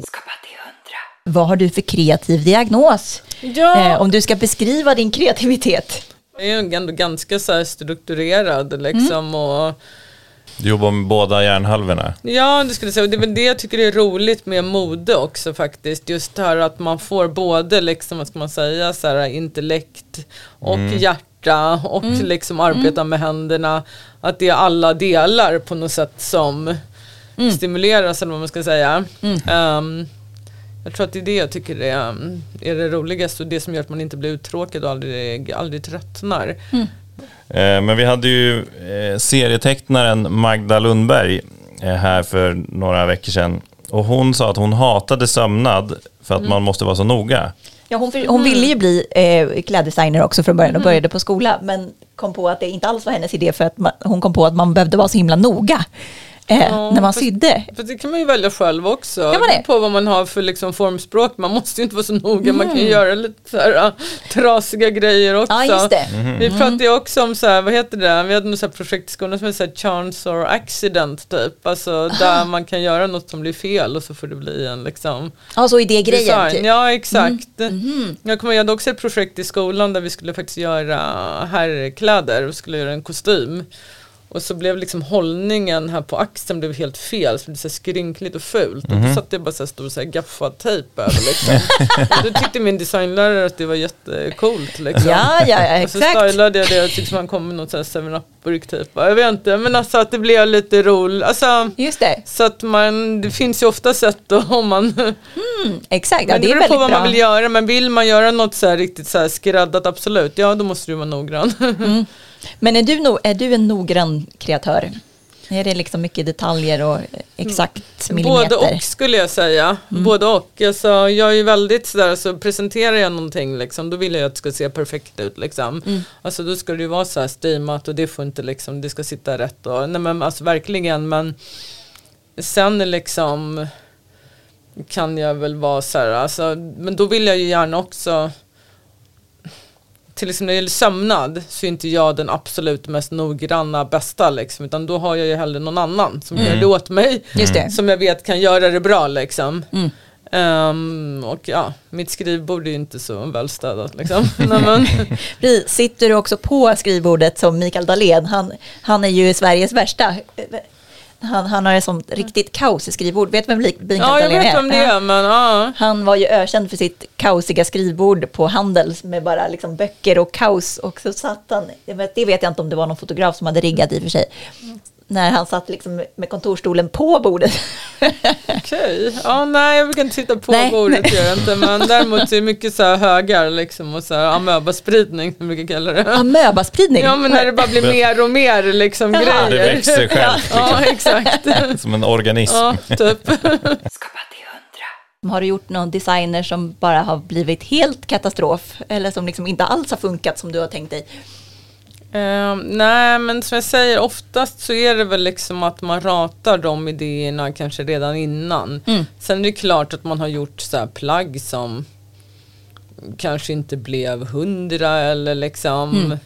[SPEAKER 2] Vad har du för kreativ diagnos?
[SPEAKER 1] Ja.
[SPEAKER 2] Eh, om du ska beskriva din kreativitet.
[SPEAKER 1] Jag är ändå ganska så här strukturerad liksom, mm. och
[SPEAKER 3] du jobbar med båda hjärnhalvorna.
[SPEAKER 1] Ja, det skulle jag säga. Och det är väl det jag tycker är roligt med mode också faktiskt. Just här att man får både liksom, vad ska man säga, så här, intellekt och mm. hjärta och mm. liksom arbeta mm. med händerna. Att det är alla delar på något sätt som mm. stimuleras, eller vad man ska säga. Mm. Um, jag tror att det är det jag tycker är, är det roligaste och det som gör att man inte blir uttråkad och aldrig, aldrig tröttnar. Mm.
[SPEAKER 3] Men vi hade ju serietecknaren Magda Lundberg här för några veckor sedan. Och hon sa att hon hatade sömnad för att mm. man måste vara så noga.
[SPEAKER 2] Ja, hon, hon ville ju bli eh, kläddesigner också från början och började på skola. Men kom på att det inte alls var hennes idé, för att man, hon kom på att man behövde vara så himla noga. Eh, ja, när man
[SPEAKER 1] för,
[SPEAKER 2] sydde.
[SPEAKER 1] För det kan man ju välja själv också.
[SPEAKER 2] Kan man det?
[SPEAKER 1] På vad man har för liksom formspråk. Man måste ju inte vara så noga. Mm. Man kan ju göra lite så här, uh, trasiga grejer också.
[SPEAKER 2] Ja, just det.
[SPEAKER 1] Mm. Vi pratade ju också om så här, vad heter det? Vi hade något så här projekt i skolan som heter chance or accident typ. Alltså där man kan göra något som blir fel och så får det bli en liksom.
[SPEAKER 2] Ja, så idégrejen typ.
[SPEAKER 1] Ja, exakt. Mm.
[SPEAKER 2] Mm.
[SPEAKER 1] Jag kommer ihåg också ett projekt i skolan där vi skulle faktiskt göra herrkläder. Vi skulle göra en kostym. Och så blev liksom hållningen här på axeln blev helt fel. Så det blev så skrynkligt och fult. Mm-hmm. Och då satte jag bara så här stor så här gaffatejp över liksom. Och då tyckte min designlärare att det var jättecoolt liksom.
[SPEAKER 2] Ja, ja, ja, exakt.
[SPEAKER 1] Och så stylade jag det och tyckte man kom med något så här seven up-burk typ. Jag vet inte, men alltså att det blev lite roligt. Alltså,
[SPEAKER 2] just det.
[SPEAKER 1] Så att man, det finns ju ofta sätt då om man...
[SPEAKER 2] Mm, exakt, ja,
[SPEAKER 1] men
[SPEAKER 2] det
[SPEAKER 1] det
[SPEAKER 2] är
[SPEAKER 1] beror på vad
[SPEAKER 2] bra.
[SPEAKER 1] man vill göra. Men vill man göra något så här riktigt så här skräddat, absolut. Ja, då måste du vara noggrann. Mm.
[SPEAKER 2] Men är du, no- är du en noggrann kreatör? Är det liksom mycket detaljer och exakt millimeter?
[SPEAKER 1] Både och skulle jag säga. Mm. Både och. Alltså, jag är ju väldigt sådär, så presenterar jag någonting liksom, då vill jag att det ska se perfekt ut liksom. Mm. Alltså då ska det ju vara så här steamat och det får inte liksom, det ska sitta rätt och, nej men alltså verkligen, men sen liksom kan jag väl vara så här, alltså, men då vill jag ju gärna också, till exempel när det gäller sömnad så är inte jag den absolut mest noggranna bästa liksom, utan då har jag ju hellre någon annan som mm. gör det åt mig.
[SPEAKER 2] Just det.
[SPEAKER 1] Som jag vet kan göra det bra liksom. Mm. Um, och ja, mitt skrivbord är ju inte så välstädat liksom.
[SPEAKER 2] Vi sitter du också på skrivbordet som Mikael Dahlén, han, han är ju Sveriges värsta. Han, han har ett sånt riktigt kaos i skrivbord. Vet du vem Mikael Dahlén är?
[SPEAKER 1] Ja, jag vet vem det är, men ja.
[SPEAKER 2] Han var ju ökänd för sitt kaosiga skrivbord på Handels med bara liksom böcker och kaos. Och så satt han, det vet jag inte om det var någon fotograf som hade riggat i och för sig. När han satt liksom med kontorstolen på bordet.
[SPEAKER 1] Okej, okay. Ja nej jag brukar inte sitta på
[SPEAKER 2] nej,
[SPEAKER 1] bordet
[SPEAKER 2] nej.
[SPEAKER 1] Gör jag inte, men däremot är det mycket så här högar liksom och så här amöbaspridning som vi brukar kalla det.
[SPEAKER 2] Amöbaspridning?
[SPEAKER 1] Ja, men när det bara blir mer och mer liksom ja, grejer.
[SPEAKER 3] Det växer själv liksom.
[SPEAKER 1] Ja, exakt.
[SPEAKER 3] Som en organism.
[SPEAKER 1] Ja, typ.
[SPEAKER 4] Skapa till hundra.
[SPEAKER 2] Har du gjort någon designer som bara har blivit helt katastrof eller som liksom inte alls har funkat som du har tänkt dig?
[SPEAKER 1] Uh, nej men som jag säger, oftast så är det väl liksom att man ratar de idéerna kanske redan innan. Mm. Sen är det klart att man har gjort så här plagg som kanske inte blev hundra eller liksom mm.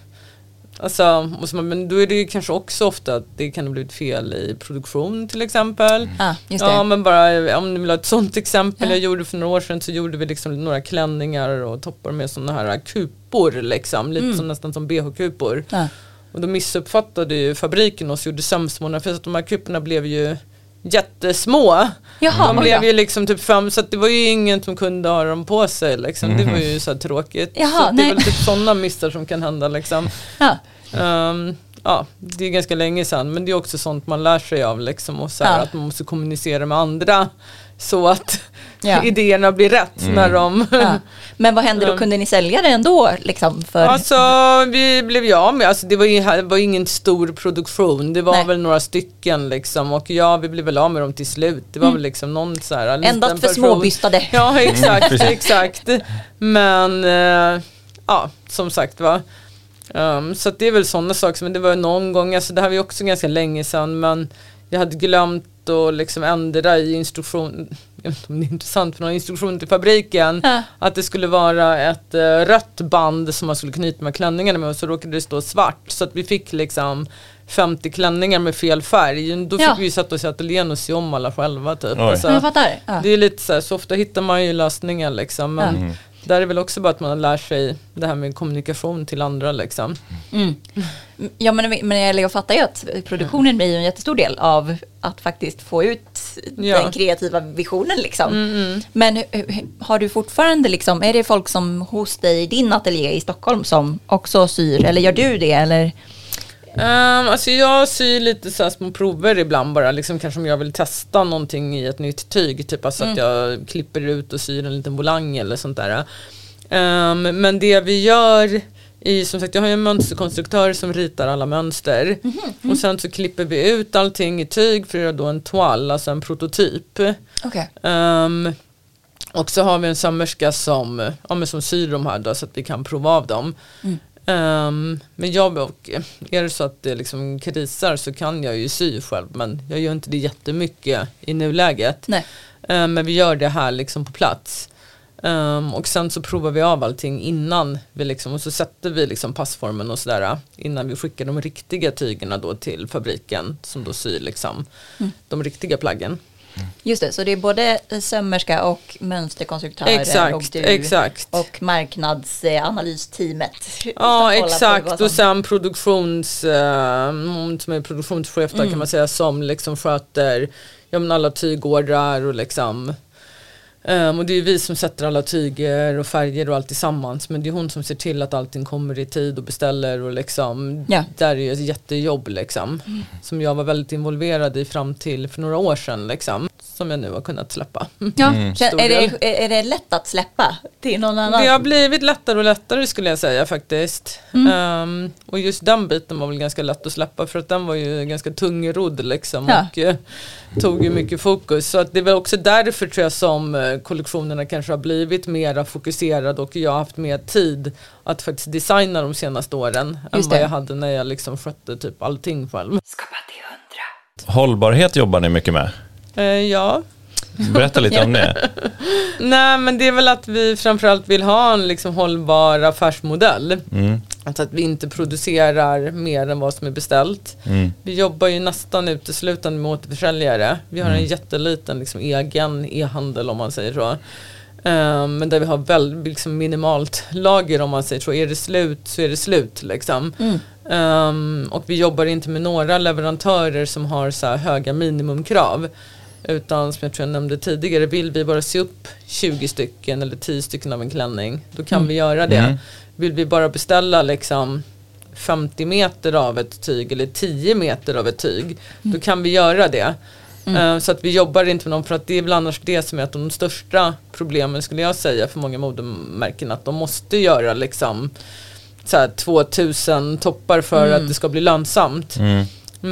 [SPEAKER 1] alltså, och så, men då är det ju kanske också ofta att det kan ha blivit fel i produktion till exempel. Mm.
[SPEAKER 2] Ah, just det.
[SPEAKER 1] Ja men bara om ni vill ha ett sånt exempel, ja. Jag gjorde för några år sedan så gjorde vi liksom några klänningar och toppar med sådana här kupor liksom, lite mm. som, nästan som B H-kupor. Ja. Och då missuppfattade ju fabriken oss, gjorde sömsmåna för att de här kuporna blev ju jättesmå. Jaha, de blev ja. ju liksom typ fem, så att det var ju ingen som kunde ha dem på sig liksom. Mm. Det var ju så här tråkigt. Jaha, så det är väl typ sådana missar som kan hända liksom. Ja. Um, ja, det är ganska länge sedan, men det är också sånt man lär sig av liksom, och så här, ja. Att man måste kommunicera med andra så att ja. idéerna blir rätt mm. när de...
[SPEAKER 2] Ja. Men vad hände då? Kunde ni sälja det ändå? Liksom, för...
[SPEAKER 1] Alltså, vi blev ju av med, alltså, det var ju det var ingen stor produktion, det var Nej. väl några stycken liksom, och ja, vi blev väl av med dem till slut. Det var mm. väl liksom någon så här...
[SPEAKER 2] Endast för småbystade.
[SPEAKER 1] Ja, exakt, exakt. Men, uh, ja, som sagt va. Um, så att det är väl sådana saker, men det var någon gång, alltså det här var ju också ganska länge sedan, men jag hade glömt att liksom ändra i instruktion, jag vet inte om det är intressant för någon instruktion till fabriken, ja. Att det skulle vara ett uh, rött band som man skulle knyta med klänningarna med, och så råkade det stå svart, så att vi fick liksom femtio klänningar med fel färg. Då fick ja. vi sätta oss i ateljén och se om alla själva typ. Alltså,
[SPEAKER 2] jag fattar. Ja.
[SPEAKER 1] Det är lite så här, så ofta hittar man ju lösningar liksom, men mm. där är väl också bara att man lär sig det här med kommunikation till andra liksom. Mm.
[SPEAKER 2] Ja, men, men jag fattar ju att produktionen blir en jättestor del av att faktiskt få ut ja. den kreativa visionen liksom. Mm. Men har du fortfarande liksom, är det folk som hos dig i din ateljé i Stockholm som också syr, eller gör du det eller?
[SPEAKER 1] Um, alltså jag syr lite så här små prover ibland bara, liksom kanske om jag vill testa någonting i ett nytt tyg, typ alltså mm. att jag klipper ut och syr en liten volang eller sånt där. Um, men det vi gör i, som sagt, jag har ju en mönsterkonstruktör som ritar alla mönster mm. Mm. och sen så klipper vi ut allting i tyg för att göra då en toile, alltså en prototyp.
[SPEAKER 2] Okay.
[SPEAKER 1] Um, och så har vi en sömmerska som, ja, men som syr de här då, så att vi kan prova av dem. Mm. Um, men jag, och är det så att det liksom krisar så kan jag ju sy själv, men jag gör inte det jättemycket i nuläget. Nej. Um, men vi gör det här liksom på plats. Um, och sen så provar vi av allting innan vi liksom, och så sätter vi liksom passformen och sådär innan vi skickar de riktiga tygerna då till fabriken som då syr liksom mm. de riktiga plaggen.
[SPEAKER 2] Just det, så det är både sömmerska och mönsterkonstruktörer
[SPEAKER 1] exakt,
[SPEAKER 2] och du
[SPEAKER 1] exakt.
[SPEAKER 2] och marknadsanalys-teamet.
[SPEAKER 1] Ja, exakt. Och sen produktions, äh, som är produktionschef där, mm. kan man säga, som liksom sköter ja, men alla tygordrar och liksom Um, och det är vi som sätter alla tyger och färger och allt tillsammans, men det är hon som ser till att allting kommer i tid och beställer och liksom,
[SPEAKER 2] ja.
[SPEAKER 1] Där är det ett jättejobb liksom, mm. som jag var väldigt involverad i fram till för några år sedan liksom, som jag nu har kunnat släppa.
[SPEAKER 2] Ja. Mm. Är, det, är det lätt att släppa till någon annan?
[SPEAKER 1] Det har blivit lättare och lättare skulle jag säga faktiskt. Mm. Um, och just den biten var väl ganska lätt att släppa, för att den var ju ganska tungrodd liksom, ja. Och uh, tog ju mycket fokus. Så att det var också därför tror jag som uh, kollektionerna kanske har blivit mera fokuserade, och jag har haft mer tid att faktiskt designa de senaste åren än vad jag hade när jag liksom skötte typ allting själv.
[SPEAKER 4] Skapa till hundra.
[SPEAKER 3] Hållbarhet jobbar ni mycket med?
[SPEAKER 1] Uh, ja.
[SPEAKER 3] Berätta lite om det.
[SPEAKER 1] Nej, men det är väl att vi framförallt vill ha en liksom hållbar affärsmodell. Mm. Alltså att vi inte producerar mer än vad som är beställt. Mm. Vi jobbar ju nästan uteslutande med återförsäljare. Vi har mm. en jätteliten liksom egen e-handel om man säger så. Um, men där vi har väldigt liksom minimalt lager om man säger så. Är det slut så är det slut liksom. Mm. Um, och vi jobbar inte med några leverantörer som har så här höga minimumkrav. Utan som jag tror jag nämnde tidigare, vill vi bara se upp tjugo stycken eller tio stycken av en klänning, då kan mm. vi göra det. Mm. Vill vi bara beställa liksom femtio meter av ett tyg eller tio meter av ett tyg, mm. då kan vi göra det. Mm. Uh, så att vi jobbar inte med dem, för att det är väl annars det som är att de största problemen skulle jag säga för många modemärken, att de måste göra liksom så här tvåtusen toppar för mm. att det ska bli lönsamt. Mm.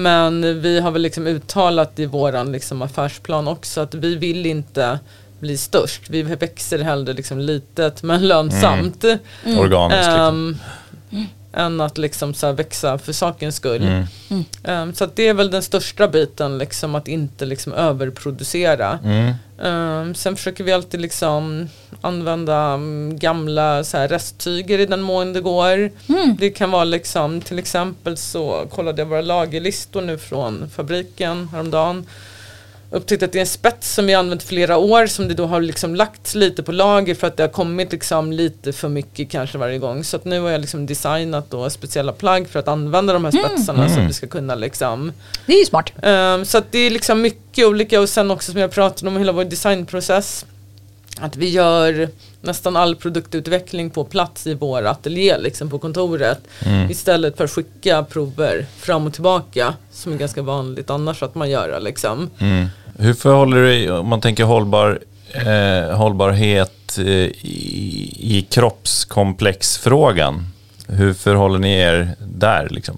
[SPEAKER 1] Men vi har väl liksom uttalat i våran liksom affärsplan också att vi vill inte bli störst. Vi växer hellre liksom litet men lönsamt.
[SPEAKER 3] Mm. Mm. Organiskt.
[SPEAKER 1] Um, mm. Än att liksom så här växa för sakens skull. Mm. Mm. Um, så att det är väl den största biten, liksom, att inte liksom överproducera. Mm. Um, sen försöker vi alltid liksom använda um, gamla så här resttyger i den mån det går. Mm. Det kan vara liksom, till exempel så kollade jag våra lagerlistor nu från fabriken häromdagen. Upptäckte att det är en spets som vi har använt flera år, som det då har liksom lagts lite på lager för att det har kommit liksom lite för mycket kanske varje gång. Så att nu har jag liksom designat då speciella plagg för att använda de här spetsarna mm. så att vi ska kunna liksom...
[SPEAKER 2] Det är ju smart.
[SPEAKER 1] Um, så att det är liksom mycket olika, och sen också som jag pratade om hela vår designprocess. Att vi gör nästan all produktutveckling på plats i vår ateljé liksom på kontoret. Mm. Istället för att skicka prover fram och tillbaka, som är ganska vanligt annars att man gör liksom.
[SPEAKER 3] Mm. Hur förhåller du dig, om man tänker hållbar, eh, hållbarhet eh, i, i kroppskomplexfrågan? Hur förhåller ni er där liksom?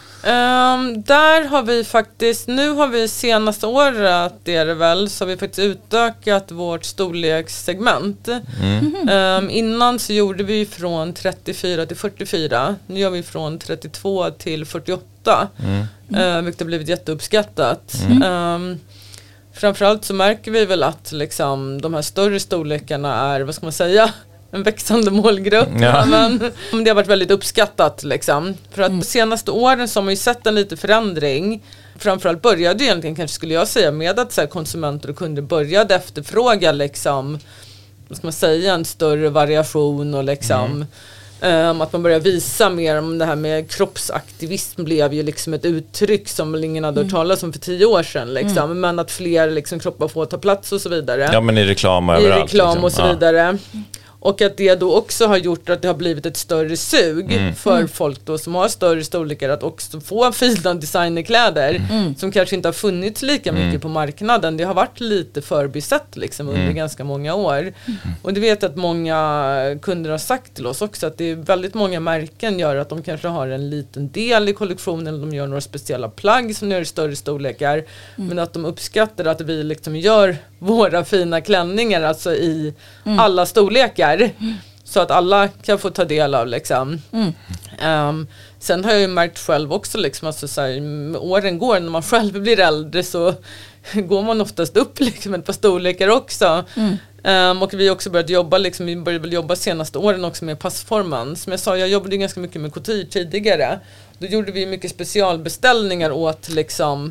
[SPEAKER 1] Um, där har vi faktiskt, nu har vi senaste året, det är det väl, så har vi faktiskt utökat vårt storlekssegment. Mm. Um, innan så gjorde vi från trettiofyra till fyrtiofyra, nu gör vi från trettiotvå till fyrtioåtta, mm. uh, vilket har blivit jätteuppskattat. Mm. Um, framförallt så märker vi väl att liksom, de här större storlekarna är, vad ska man säga, en växande målgrupp. Ja. Men det har varit väldigt uppskattat liksom. För att mm. de senaste åren så har man ju sett en liten förändring. Framförallt började egentligen, kanske skulle jag säga, med att så här, konsumenter och kunder började efterfråga liksom, vad ska man säga, en större variation och liksom mm. um, att man börjar visa mer om det här med kroppsaktivism blev ju liksom ett uttryck som väl ingen hade hört talas om för tio år sedan liksom. Mm. Men att fler liksom kroppar får ta plats och så vidare.
[SPEAKER 3] Ja, men i reklam
[SPEAKER 1] I
[SPEAKER 3] överallt.
[SPEAKER 1] reklam
[SPEAKER 3] liksom.
[SPEAKER 1] och så vidare. Ja. Och att det då också har gjort att det har blivit ett större sug mm. för mm. folk då som har större storlekar att också få fina designerkläder mm. som kanske inte har funnits lika mm. mycket på marknaden. Det har varit lite förbisett liksom under mm. ganska många år. Mm. Och det vet att många kunder har sagt till oss också, att det är väldigt många märken gör att de kanske har en liten del i kollektionen, eller de gör några speciella plagg som gör i större storlekar. Mm. Men att de uppskattar att vi liksom gör våra fina klänningar alltså i mm. alla storlekar. Mm. Så att alla kan få ta del av liksom. Mm. Um, sen har jag ju märkt själv också liksom, alltså så här, åren går, när man själv blir äldre så går man oftast upp liksom ett par storlekar också. Mm. Um, och vi har också börjat jobba liksom, vi började väl jobba senaste åren också med passformen. Som jag sa, jag jobbade ganska mycket med couture tidigare. Då gjorde vi mycket specialbeställningar åt liksom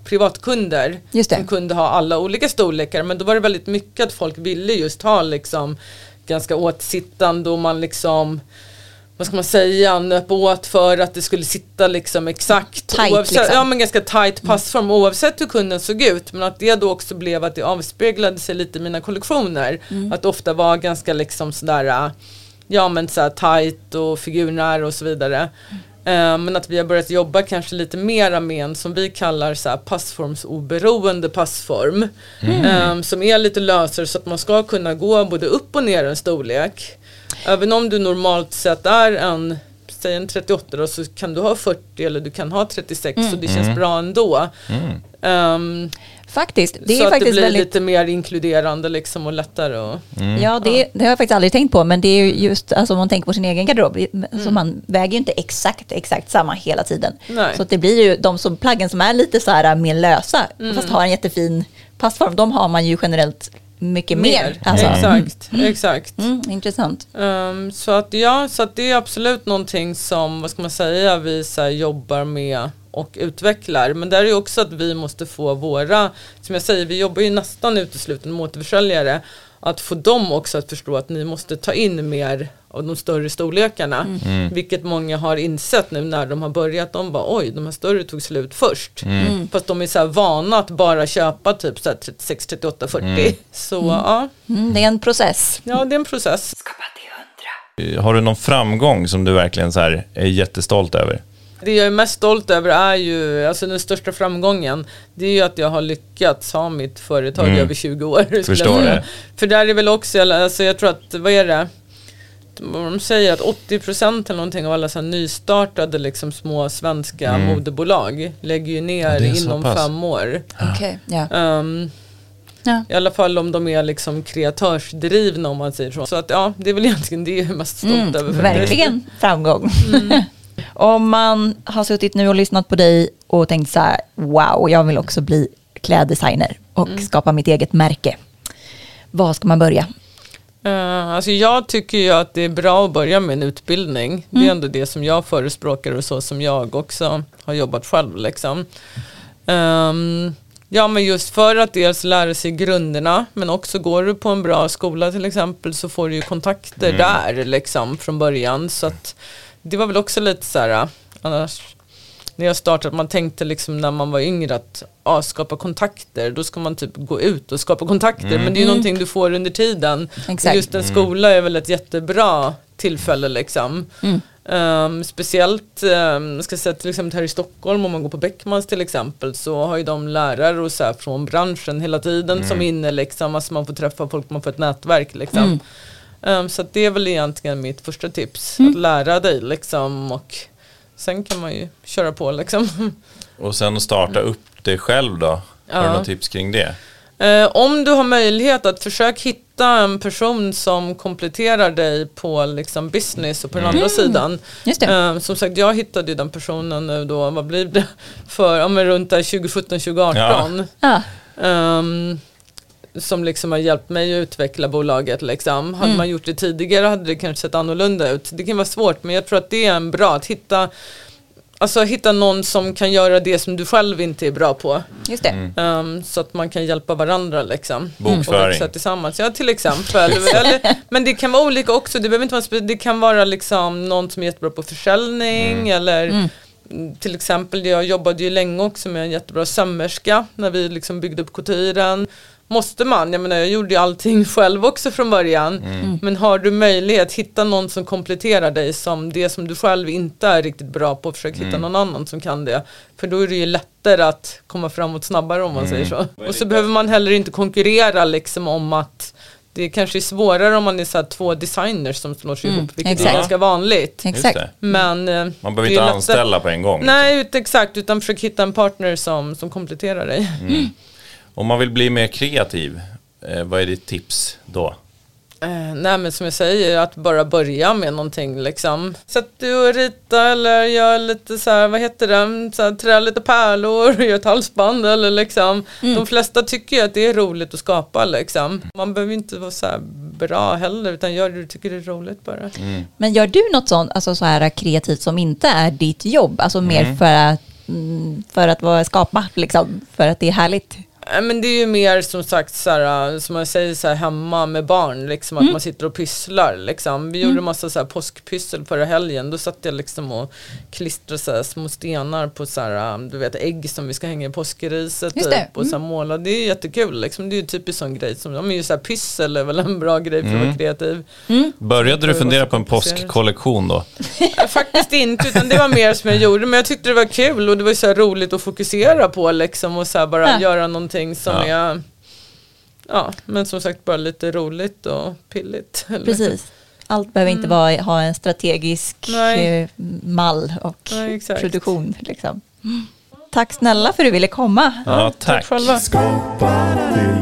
[SPEAKER 1] privatkunder
[SPEAKER 2] Just det.
[SPEAKER 1] som kunde ha alla olika storlekar. Men då var det väldigt mycket att folk ville just ha liksom ganska åtsittande och man liksom, vad ska man säga, nöp åt för att det skulle sitta liksom exakt
[SPEAKER 2] tight,
[SPEAKER 1] oavsett,
[SPEAKER 2] liksom.
[SPEAKER 1] ja men ganska tight passform mm. oavsett hur kunden såg ut, men att det då också blev att det avspeglade sig lite i mina kollektioner, mm. att det ofta var ganska liksom sådär, ja men såhär tight och figurnära och så vidare. Mm. Uh, men att vi har börjat jobba kanske lite mera med en som vi kallar så här passformsoberoende passform, mm. um, som är lite lösare så att man ska kunna gå både upp och ner en storlek. Även om du normalt sett är en, säg en trettioåtta då, så kan du ha fyrtio eller du kan ha trettiosex mm. så det känns mm. bra ändå. Mm. Um,
[SPEAKER 2] Faktiskt, det
[SPEAKER 1] så
[SPEAKER 2] är
[SPEAKER 1] att
[SPEAKER 2] faktiskt
[SPEAKER 1] det blir
[SPEAKER 2] väldigt...
[SPEAKER 1] lite mer inkluderande liksom och lättare. Och,
[SPEAKER 2] mm. Ja, det, det har jag faktiskt aldrig tänkt på, men det är ju just, alltså om man tänker på sin egen garderob, mm. så man väger ju inte exakt, exakt samma hela tiden.
[SPEAKER 1] Nej.
[SPEAKER 2] Så att det blir ju de som, plaggen som är lite så här mer lösa, mm. fast har en jättefin passform, de har man ju generellt mycket mer.
[SPEAKER 1] mer.
[SPEAKER 2] Alltså.
[SPEAKER 1] Exakt,
[SPEAKER 2] mm.
[SPEAKER 1] exakt.
[SPEAKER 2] Mm, intressant.
[SPEAKER 1] Um, så att ja, så att det är absolut någonting som, vad ska man säga, vi så här, jobbar med och utvecklar. Men där är ju också att vi måste få våra, som jag säger, vi jobbar ju nästan uteslutande med återförsäljare, att få dem också att förstå att ni måste ta in mer av de större storlekarna. Mm. Mm. Vilket många har insett nu när de har börjat. De bara, oj, de här större tog slut först. Mm. Fast de är så här vana att bara köpa typ så här trettiosex, trettioåtta, fyrtio. Mm. Så mm. ja.
[SPEAKER 2] Mm, det är en process.
[SPEAKER 1] Ja, det är en process.
[SPEAKER 4] Skapa till hundra.
[SPEAKER 3] Har du någon framgång som du verkligen så här är jättestolt över?
[SPEAKER 1] Det jag är mest stolt över är ju, alltså den största framgången, det är ju att jag har lyckats ha mitt företag mm. över tjugo år.
[SPEAKER 3] Förstår det.
[SPEAKER 1] För där är väl också, alltså jag tror att, vad är det? De säger att åttio procent eller någonting av alla så här nystartade liksom små svenska mm. modebolag lägger ju ner ja, inom fem år.
[SPEAKER 2] Okay. Yeah.
[SPEAKER 1] Um,
[SPEAKER 2] ja.
[SPEAKER 1] I alla fall om de är liksom kreatörsdrivna, om man säger så. Så att ja, det är väl egentligen det jag är mest stolt mm, över.
[SPEAKER 2] Verkligen framgång. Mm. Om man har suttit nu och lyssnat på dig och tänkt så här, wow, jag vill också bli kläddesigner och mm. skapa mitt eget märke. Var ska man börja?
[SPEAKER 1] Uh, alltså jag tycker ju att det är bra att börja med en utbildning. Mm. Det är ändå det som jag förespråkar och så som jag också har jobbat själv liksom. Um, ja, men just för att dels lära sig grunderna, men också går du på en bra skola till exempel så får du ju kontakter mm. där liksom från början. Så att det var väl också lite så här, annars när jag startade, man tänkte liksom när man var yngre att ah, skapa kontakter, då ska man typ gå ut och skapa kontakter, mm. men det är ju mm. någonting du får under tiden.
[SPEAKER 2] Exakt.
[SPEAKER 1] Just en skola är väl ett jättebra tillfälle liksom. Mm. Um, speciellt um, ska jag säga till exempel här i Stockholm, om man går på Beckmans till exempel, så har ju de lärare och så här från branschen hela tiden mm. som är inne liksom, alltså man får träffa folk, man får ett nätverk liksom. Mm. Um, så att det är väl egentligen mitt första tips, mm. att lära dig liksom, och sen kan man ju köra på liksom.
[SPEAKER 3] Och sen starta upp det själv då? Har
[SPEAKER 1] ja.
[SPEAKER 3] du några tips kring det?
[SPEAKER 1] Uh, om du har möjlighet att försöka hitta en person som kompletterar dig på liksom business och på den
[SPEAKER 2] mm.
[SPEAKER 1] andra sidan.
[SPEAKER 2] Just det.
[SPEAKER 1] Uh, som sagt, jag hittade ju den personen nu då, vad blir det? För ja, men runt där tjugo sjutton tjugo arton. Ja. Um, som liksom har hjälpt mig att utveckla bolaget liksom. Hade mm. man gjort det tidigare hade det kanske sett annorlunda ut. Det kan vara svårt, men jag tror att det är en bra att hitta, alltså hitta någon som kan göra det som du själv inte är bra på.
[SPEAKER 2] Just det.
[SPEAKER 1] Mm. Um, så att man kan hjälpa varandra liksom.
[SPEAKER 3] Bokföring.
[SPEAKER 1] Och tillsammans. Ja, till exempel. Eller, men det kan vara olika också. Det behöver inte vara, det kan vara liksom någon som är jättebra på försäljning mm. eller mm. till exempel, jag jobbade ju länge också med en jättebra sömmerska när vi liksom byggde upp couturen. Måste man, jag menar jag gjorde ju allting själv också från början, mm. men har du möjlighet att hitta någon som kompletterar dig som det som du själv inte är riktigt bra på, försök hitta mm. någon annan som kan det, för då är det ju lättare att komma framåt snabbare om man mm. säger så. Och så behöver man heller inte konkurrera liksom om att det kanske är svårare om man är så här två designers som slår sig mm. ihop, vilket exakt. Är ganska vanligt.
[SPEAKER 2] Exakt.
[SPEAKER 1] Men
[SPEAKER 3] man behöver inte anställa på en gång.
[SPEAKER 1] Nej, liksom. Exakt, utan försök hitta en partner som, som kompletterar dig.
[SPEAKER 3] Mm. Om man vill bli mer kreativ, eh, vad är ditt tips då?
[SPEAKER 1] Eh, nej men som jag säger, att bara börja med någonting liksom. Sätt du och rita eller gör lite så här, vad heter det? Så här, trä lite pärlor, gör ett halsband eller liksom. Mm. De flesta tycker ju att det är roligt att skapa liksom. Man behöver inte vara så här bra heller, utan gör det du tycker det är roligt bara. Mm.
[SPEAKER 2] Men gör du något sånt, alltså så här kreativt som inte är ditt jobb? Alltså mer
[SPEAKER 3] mm.
[SPEAKER 2] för att mm, för att vara skapa, liksom, för att det är härligt?
[SPEAKER 1] Men det är ju mer som sagt så här, som man säger så här, hemma med barn liksom, att mm. man sitter och pysslar liksom. Vi mm. gjorde en massa så här påskpyssel förra helgen. Då satt jag liksom och klistrade så här små stenar på så här, du vet, ägg som vi ska hänga i påskriset typ, mm. och så här måla. Det är jättekul liksom. Det är ju typiskt sån grej som, ja, men ju så här pyssel är väl en bra grej för mm. att vara kreativ.
[SPEAKER 3] Mm. Började du fundera på en påskkollektion då?
[SPEAKER 1] Faktiskt inte, utan det var mer som jag gjorde, men jag tyckte det var kul och det var så här roligt att fokusera på liksom, och så här bara ja. göra någonting som ja. är, ja, men som sagt bara lite roligt och pilligt.
[SPEAKER 2] Precis. Allt behöver mm. inte vara, ha en strategisk eh, mall och Nej, produktion. Liksom. Mm. Tack snälla för att du ville komma.
[SPEAKER 3] Ja, tack. tack
[SPEAKER 2] själva. Skapa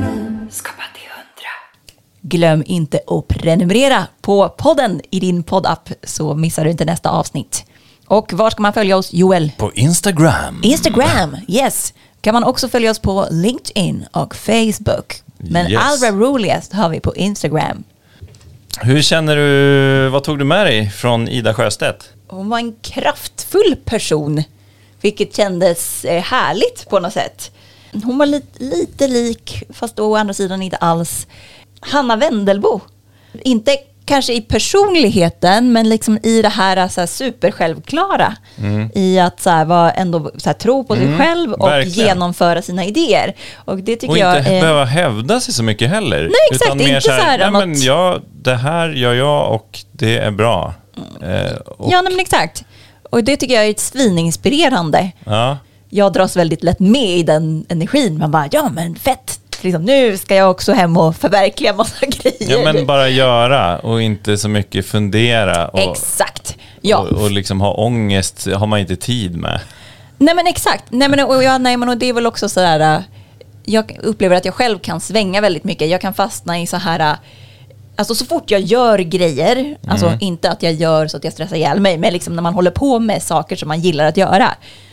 [SPEAKER 2] till hundra. Glöm inte att prenumerera på podden i din poddapp så missar du inte nästa avsnitt. Och var ska man följa oss, Joel?
[SPEAKER 3] På Instagram.
[SPEAKER 2] Instagram, yes. Kan man också följa oss på LinkedIn och Facebook. Men yes. allra roligast har vi på Instagram.
[SPEAKER 3] Hur känner du, vad tog du med dig från Ida Sjöstedt?
[SPEAKER 2] Hon var en kraftfull person, vilket kändes härligt på något sätt. Hon var lite, lite lik, fast å andra sidan inte alls, Hanna Wendelbo. Inte kanske i personligheten, men liksom i det här, så här super självklara mm. i att så här, vara ändå så här, tro på sig mm, själv och verkligen. genomföra sina idéer. Och det tycker
[SPEAKER 3] och
[SPEAKER 2] jag
[SPEAKER 3] inte
[SPEAKER 2] är...
[SPEAKER 3] behöva hävda sig så mycket heller.
[SPEAKER 2] Nej, exakt.
[SPEAKER 3] Utan mer
[SPEAKER 2] inte så här,
[SPEAKER 3] så här nej,
[SPEAKER 2] något...
[SPEAKER 3] men jag, det här gör jag och det är bra.
[SPEAKER 2] Mm.
[SPEAKER 3] Eh, och...
[SPEAKER 2] Ja, men exakt. Och det tycker jag är ett svininspirerande.
[SPEAKER 3] Ja.
[SPEAKER 2] Jag dras väldigt lätt med i den energin. Man bara, ja men fett. Liksom, nu ska jag också hem och förverkliga massa grejer.
[SPEAKER 3] Ja, men bara göra och inte så mycket fundera. Och,
[SPEAKER 2] exakt. Ja.
[SPEAKER 3] Och, och liksom ha ångest har man inte tid med.
[SPEAKER 2] Nej, men exakt. Nej, men, och, ja, nej, men, och det är väl också så där. Jag upplever att jag själv kan svänga väldigt mycket. Jag kan fastna i så här... Alltså så fort jag gör grejer, mm. alltså inte att jag gör så att jag stressar ihjäl mig, men liksom när man håller på med saker som man gillar att göra,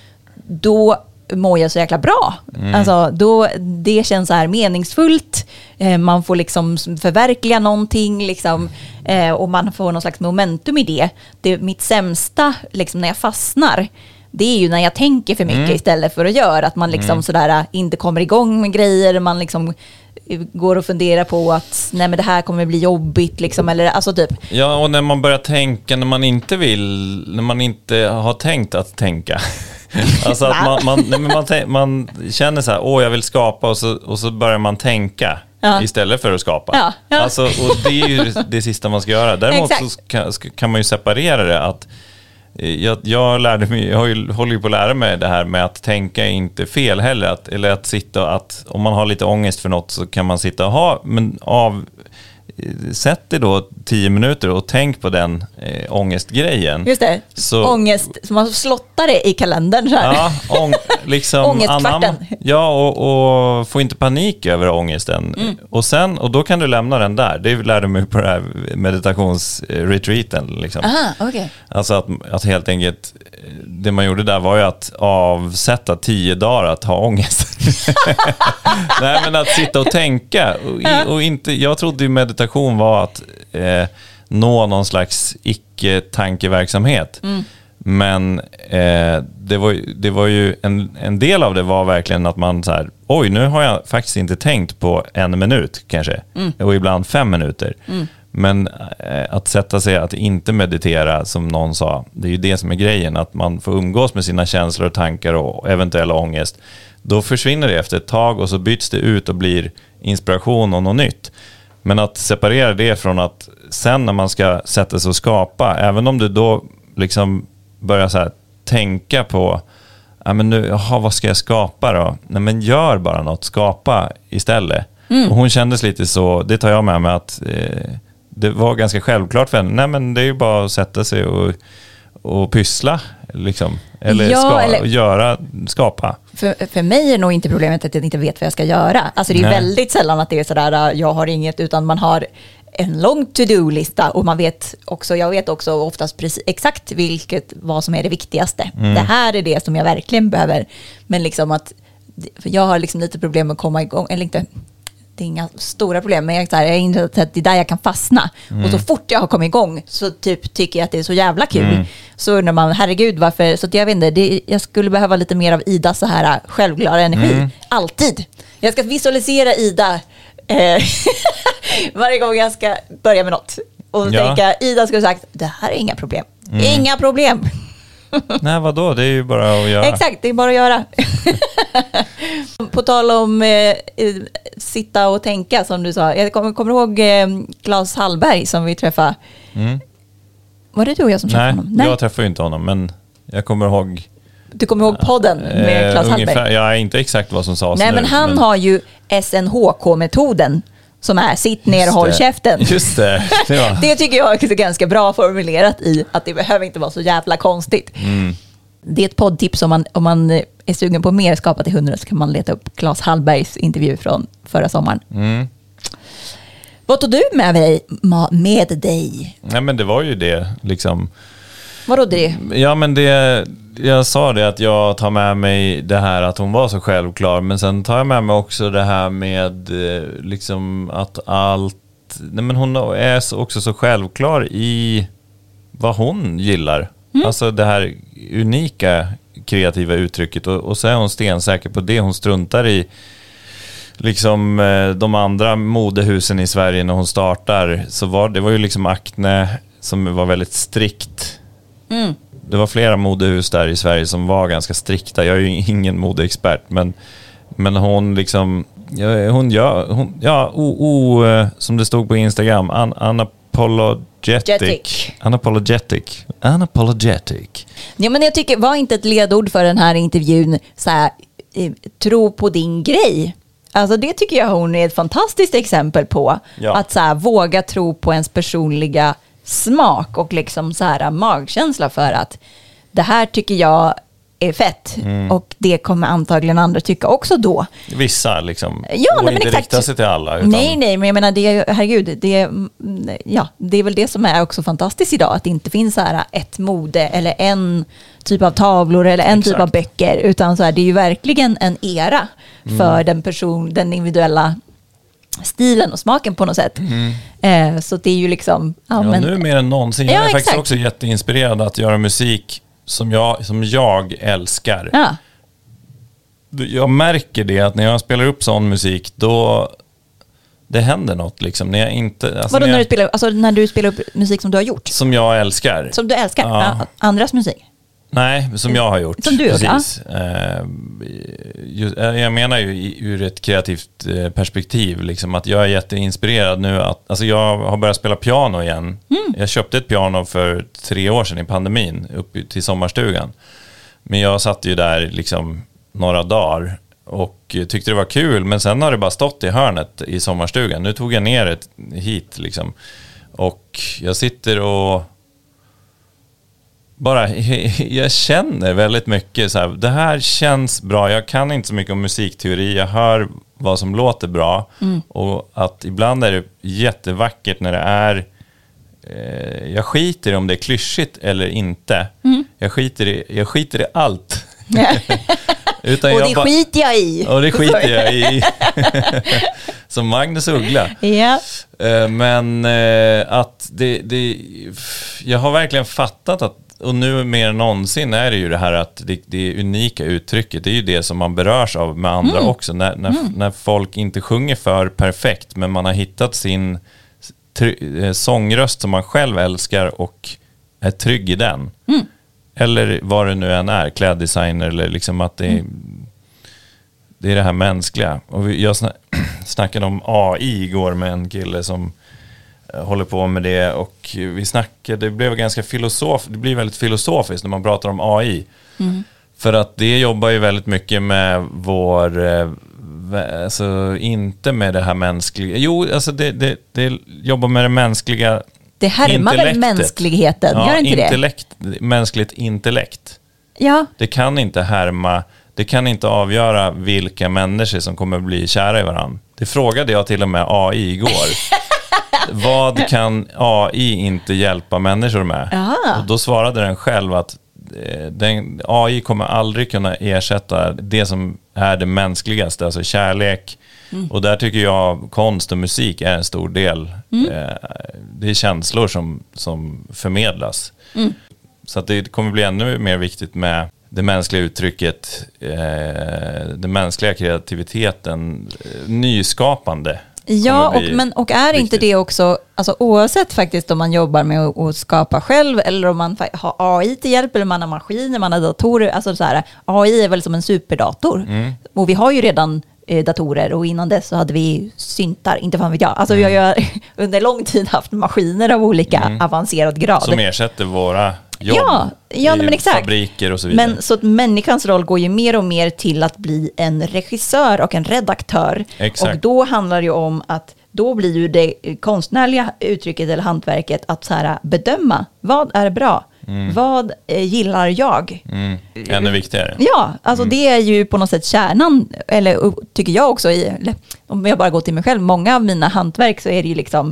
[SPEAKER 2] då mår jag så jäkla bra. Mm. Alltså, då, det känns så här meningsfullt. Eh, man får liksom förverkliga någonting liksom, eh, och man får någon slags momentum i det. Det är mitt sämsta liksom, när jag fastnar. Det är ju när jag tänker för mycket mm. istället för att göra. Att man liksom mm. sådär inte kommer igång med grejer. Man liksom går och funderar på att nej, men det här kommer bli jobbigt liksom, eller alltså typ.
[SPEAKER 3] Ja, och när man börjar tänka när man inte vill, när man inte har tänkt att tänka. Alltså att man, man, nej, men man, man känner så här, åh jag vill skapa och så, och så börjar man tänka ja. istället för att skapa.
[SPEAKER 2] Ja, ja.
[SPEAKER 3] Alltså, och det är ju det sista man ska göra. Däremot så kan, kan man ju separera det att jag, jag lärde mig, jag har ju, håller ju på att lära mig det här med att tänka är inte fel heller. Att, eller att sitta, att om man har lite ångest för något så kan man sitta och ha, men av sätt det då tio minuter och tänk på den äh, ångestgrejen.
[SPEAKER 2] Just det, så, ångest, som man slottar det i kalendern så här.
[SPEAKER 3] Ja, ång, liksom
[SPEAKER 2] ångestkvarten.
[SPEAKER 3] Ja, och, och få inte panik över ångesten. Mm. Och sen, och då kan du lämna den där. Det lärde mig på det här meditationsretreaten. Liksom.
[SPEAKER 2] Aha, okay.
[SPEAKER 3] Alltså att, att helt enkelt, det man gjorde där var ju att avsätta tio dagar att ha ångest. Nej, men att sitta och tänka. Och, och inte, jag trodde ju meditation var att eh, nå någon slags icke-tankeverksamhet. Mm. Men eh, det, var, det var ju en, en del av det var verkligen att man så här, oj, nu har jag faktiskt inte tänkt på en minut kanske. Mm. Och ibland fem minuter. Mm. Men eh, att sätta sig att inte meditera, som någon sa, det är ju det som är grejen, att man får umgås med sina känslor och tankar och eventuell ångest. Då försvinner det efter ett tag och så byts det ut och blir inspiration och något nytt. Men att separera det från att sen när man ska sätta sig och skapa, även om du då liksom börjar så här tänka på, ja men nu, jaha, vad ska jag skapa då? Nej, men gör bara något, skapa istället. Mm. Och hon kändes lite så, det tar jag med mig att eh, det var ganska självklart för henne. Nej, men det är ju bara att sätta sig och, och pyssla liksom. Eller,
[SPEAKER 2] ja,
[SPEAKER 3] ska,
[SPEAKER 2] eller
[SPEAKER 3] göra, skapa.
[SPEAKER 2] För, för mig är nog inte problemet att jag inte vet vad jag ska göra. Alltså det är Nej. väldigt sällan att det är sådär, jag har inget, utan man har en lång to-do-lista och man vet också, jag vet också oftast precis exakt vilket, vad som är det viktigaste. Mm. Det här är det som jag verkligen behöver. Men liksom att, för jag har liksom lite problem med att komma igång, eller inte, det är inga stora problem, men jag, så här, jag har insett att det är där jag kan fastna. Mm. Och så fort jag har kommit igång så typ tycker jag att det är så jävla kul. Mm. Så undrar man, herregud, varför? Så att jag vet inte, det, jag skulle behöva lite mer av Ida så här självklara energi. Mm. Alltid. Jag ska visualisera Ida eh, varje gång jag ska börja med något. Och ja. tänka, Ida skulle ha sagt, det här är inga problem. Mm. Inga problem.
[SPEAKER 3] Nej, vadå? Det är ju bara att göra.
[SPEAKER 2] Exakt, det är bara att göra. På tal om eh, sitta och tänka, som du sa. Jag kommer, kommer ihåg eh, Claes Hallberg som vi träffade. Mm. Var det du och jag som träffade
[SPEAKER 3] Nej,
[SPEAKER 2] honom? Nej,
[SPEAKER 3] jag träffade ju inte honom, men jag kommer ihåg...
[SPEAKER 2] Du kommer ihåg podden med Claes
[SPEAKER 3] eh,
[SPEAKER 2] Hallberg?
[SPEAKER 3] Ja, inte exakt vad som sades.
[SPEAKER 2] Nej,
[SPEAKER 3] nu,
[SPEAKER 2] men han
[SPEAKER 3] men...
[SPEAKER 2] har ju S N H K-metoden. Som är sitt ner och håll käften.
[SPEAKER 3] Just det. Ja.
[SPEAKER 2] Det tycker jag är ganska bra formulerat i att det behöver inte vara så jävla konstigt. Mm. Det är ett poddtips om man, om man är sugen på mer Skapa till hundra, så kan man leta upp Claes Hallbergs intervju från förra sommaren. Mm. Vad tog du med dig? Med dig?
[SPEAKER 3] Nej, men det var ju det liksom.
[SPEAKER 2] Vadå det?
[SPEAKER 3] Ja, men det... Jag sa det att jag tar med mig det här att hon var så självklar, men sen tar jag med mig också det här med liksom att allt, nej men hon är också så självklar i vad hon gillar. Mm. Alltså det här unika kreativa uttrycket, och, och så är hon stensäker på det. Hon struntar i liksom de andra modehusen i Sverige när hon startar. Så var det var ju liksom Acne som var väldigt strikt. Mm. Det var flera modehus där i Sverige som var ganska strikta. Jag är ju ingen modeexpert, men, men hon liksom, ja, hon gör, hon, ja, o, o, som det stod på Instagram, un, unapologetic. Unapologetic. Unapologetic.
[SPEAKER 2] Ja, men jag tycker, var inte ett ledord för den här intervjun så här, tro på din grej. Alltså det tycker jag hon är ett fantastiskt exempel på. Ja. Att så här, våga tro på ens personliga smak och liksom så här magkänsla för att det här tycker jag är fett. Mm. Och det kommer antagligen andra tycka också då.
[SPEAKER 3] Vissa liksom.
[SPEAKER 2] Ja,
[SPEAKER 3] och
[SPEAKER 2] nej,
[SPEAKER 3] inte
[SPEAKER 2] men
[SPEAKER 3] rikta sig till alla. Utan...
[SPEAKER 2] Nej, nej, men jag menar, det är, herregud, det är, ja, det är väl det som är också fantastiskt idag. Att det inte finns så här ett mode eller en typ av tavlor eller en Exakt. typ av böcker. Utan så här, det är ju verkligen en era mm. för den person, den individuella stilen och smaken på något sätt. Mm. Eh, så det är ju liksom... Ja,
[SPEAKER 3] ja,
[SPEAKER 2] men...
[SPEAKER 3] nu mer än någonsin.
[SPEAKER 2] Ja,
[SPEAKER 3] jag är
[SPEAKER 2] exakt.
[SPEAKER 3] faktiskt också jätteinspirerad att göra musik som jag, som jag älskar.
[SPEAKER 2] Ja.
[SPEAKER 3] Jag märker det att när jag spelar upp sån musik, då det händer något liksom. När jag inte, alltså
[SPEAKER 2] Vadå
[SPEAKER 3] när,
[SPEAKER 2] när,
[SPEAKER 3] jag,
[SPEAKER 2] du spelar, alltså när du spelar upp musik som du har gjort?
[SPEAKER 3] Som jag älskar.
[SPEAKER 2] Som du älskar?
[SPEAKER 3] Ja.
[SPEAKER 2] Ja, andras musik?
[SPEAKER 3] Nej, som jag har gjort.
[SPEAKER 2] Som du gjort,
[SPEAKER 3] precis. Ja. Jag menar ju ur ett kreativt perspektiv liksom, att jag är jätteinspirerad nu att, alltså jag har börjat spela piano igen. Mm. Jag köpte ett piano för tre år sedan i pandemin upp till sommarstugan. Men jag satt ju där liksom några dagar och tyckte det var kul, men sen har det bara stått i hörnet i sommarstugan. Nu tog jag ner det hit liksom. Och jag sitter och bara, jag känner väldigt mycket så här, det här känns bra. Jag kan inte så mycket om musikteori. Jag hör vad som låter bra. Mm. Och att ibland är det jättevackert när det är eh, jag skiter i om det är klyschigt eller inte. Mm. Jag skiter i, jag skiter i allt. Utan
[SPEAKER 2] och
[SPEAKER 3] jag
[SPEAKER 2] det
[SPEAKER 3] ba-
[SPEAKER 2] skiter jag i.
[SPEAKER 3] Och det skiter jag i. Som Magnus Uggla.
[SPEAKER 2] Ja.
[SPEAKER 3] Men eh, att det, det, jag har verkligen fattat att, och nu mer än någonsin är det ju det här att det, det unika uttrycket, det är ju det som man berörs av med andra mm. också. När, när, mm. när folk inte sjunger för perfekt, men man har hittat sin try- sångröst som man själv älskar och är trygg i den. Mm. Eller vad det nu än är, kläddesigner eller liksom att det är, mm. det är det här mänskliga. Och vi, jag snackade om A I igår med en kille som håller på med det, och vi snackade, det blev ganska filosof, det blir väldigt filosofiskt när man pratar om A I. Mm. För att det jobbar ju väldigt mycket med vår, alltså inte med det här mänskliga, jo alltså det, det, det jobbar med det mänskliga.
[SPEAKER 2] Det härmar väl mänskligheten,
[SPEAKER 3] ja,
[SPEAKER 2] gör inte
[SPEAKER 3] intellekt, det? Mänskligt intellekt.
[SPEAKER 2] Ja.
[SPEAKER 3] Det kan inte härma, det kan inte avgöra vilka människor som kommer att bli kära i varandra. Det frågade jag till och med A I igår. Vad kan A I inte hjälpa människor med? Aha. Och då svarade den själv att den, A I kommer aldrig kunna ersätta det som är det mänskligaste, alltså kärlek. Mm. Och där tycker jag konst och musik är en stor del. Mm. Det är känslor som, som förmedlas. Mm. Så att det kommer bli ännu mer viktigt med det mänskliga uttrycket, den mänskliga kreativiteten, nyskapande.
[SPEAKER 2] Ja, och, men, och är viktigt. Inte det också, alltså, oavsett faktiskt om man jobbar med att, att skapa själv eller om man har A I till hjälp eller man har maskiner, man har datorer, alltså så här, A I är väl som en superdator. Mm. Och vi har ju redan eh, datorer och innan dess så hade vi syntar, inte fan vet jag. Alltså mm. vi har ju under lång tid haft maskiner av olika mm. avancerad grad.
[SPEAKER 3] Som ersätter våra jobb
[SPEAKER 2] ja, ja, men exakt.
[SPEAKER 3] Fabriker och så vidare.
[SPEAKER 2] Men så att människans roll går ju mer och mer till att bli en regissör och en redaktör.
[SPEAKER 3] Exakt.
[SPEAKER 2] Och då handlar det ju om att då blir ju det konstnärliga uttrycket eller hantverket att så här, bedöma vad är bra, mm. vad eh, gillar jag.
[SPEAKER 3] Mm. Ännu viktigare.
[SPEAKER 2] Ja, alltså mm. det är ju på något sätt kärnan, eller tycker jag också, i, eller, om jag bara går till mig själv, många av mina hantverk så är det ju liksom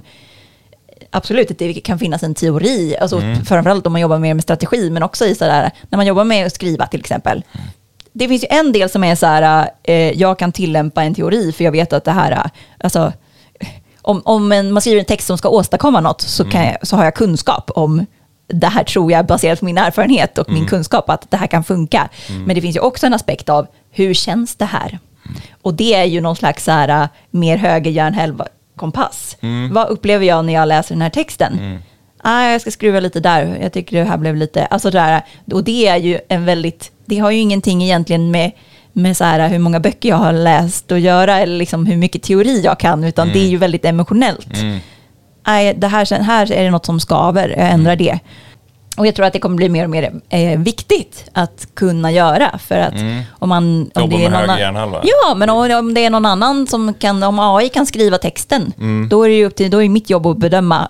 [SPEAKER 2] absolut att det kan finnas en teori, alltså mm. framförallt om man jobbar mer med strategi, men också i sådär, när man jobbar med att skriva till exempel. Mm. Det finns ju en del som är så här, eh, jag kan tillämpa en teori för jag vet att det här, alltså om, om en, man skriver en text som ska åstadkomma något så, kan mm. jag, så har jag kunskap om det här, tror jag, baserat på min erfarenhet och mm. min kunskap att det här kan funka. Mm. Men det finns ju också en aspekt av hur känns det här? Mm. Och det är ju någon slags så här, mer höger hjärnhalva kompass. Mm. Vad upplever jag när jag läser den här texten? Mm. Ah, jag ska skruva lite där. Jag tycker det här blev lite, alltså där, och det är ju en väldigt, det har ju ingenting egentligen med med så här hur många böcker jag har läst och göra eller liksom hur mycket teori jag kan, utan mm. det är ju väldigt emotionellt. Mm. Nej, det här, här är det något som skaver, jag ändrar mm. det. Och jag tror att det kommer bli mer och mer eh, viktigt att kunna göra, för att mm. om man om
[SPEAKER 3] jobba
[SPEAKER 2] det är
[SPEAKER 3] med
[SPEAKER 2] någon
[SPEAKER 3] hjärnhalva.
[SPEAKER 2] Ja, men om, om det är någon annan som kan, om A I kan skriva texten, mm. då är det ju upp till, då är mitt jobb att bedöma,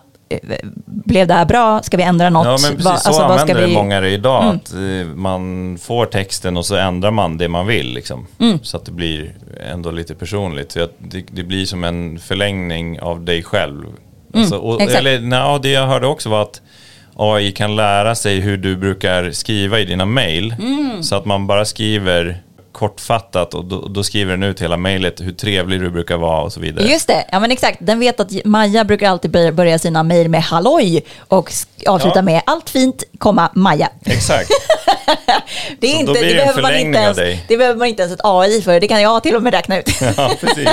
[SPEAKER 2] blev det här bra? Ska vi ändra något?
[SPEAKER 3] Ja, men precis
[SPEAKER 2] Va,
[SPEAKER 3] så
[SPEAKER 2] alltså,
[SPEAKER 3] använder
[SPEAKER 2] vad ska vi...
[SPEAKER 3] många det idag.
[SPEAKER 2] Mm.
[SPEAKER 3] Att man får texten och så ändrar man det man vill. Liksom, mm. så att det blir ändå lite personligt. Så att det, det blir som en förlängning av dig själv. Mm. Alltså, och, eller, nej, det jag hörde också var att A I kan lära sig hur du brukar skriva i dina mejl. Mm. Så att man bara skriver kortfattat och då, då skriver den ut hela mejlet hur trevlig du brukar vara och så vidare.
[SPEAKER 2] Just det, ja men exakt. Den vet att Maja brukar alltid börja sina mejl med halloj och avsluta ja. med allt fint, komma Maja.
[SPEAKER 3] Exakt.
[SPEAKER 2] det är inte, det, det, behöver man inte ens, det behöver man inte ens ett A I för, det kan jag till och med räkna ut.
[SPEAKER 3] Ja, precis.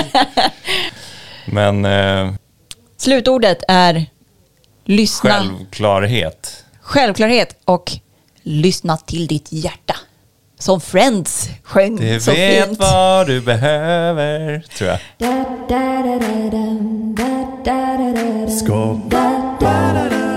[SPEAKER 3] Men eh,
[SPEAKER 2] slutordet är lyssna.
[SPEAKER 3] Självklarhet.
[SPEAKER 2] Självklarhet och lyssna till ditt hjärta. Som Friends sjöng
[SPEAKER 3] det
[SPEAKER 2] så
[SPEAKER 3] vet
[SPEAKER 2] fint.
[SPEAKER 3] Vad du behöver, tror jag.
[SPEAKER 4] Skål.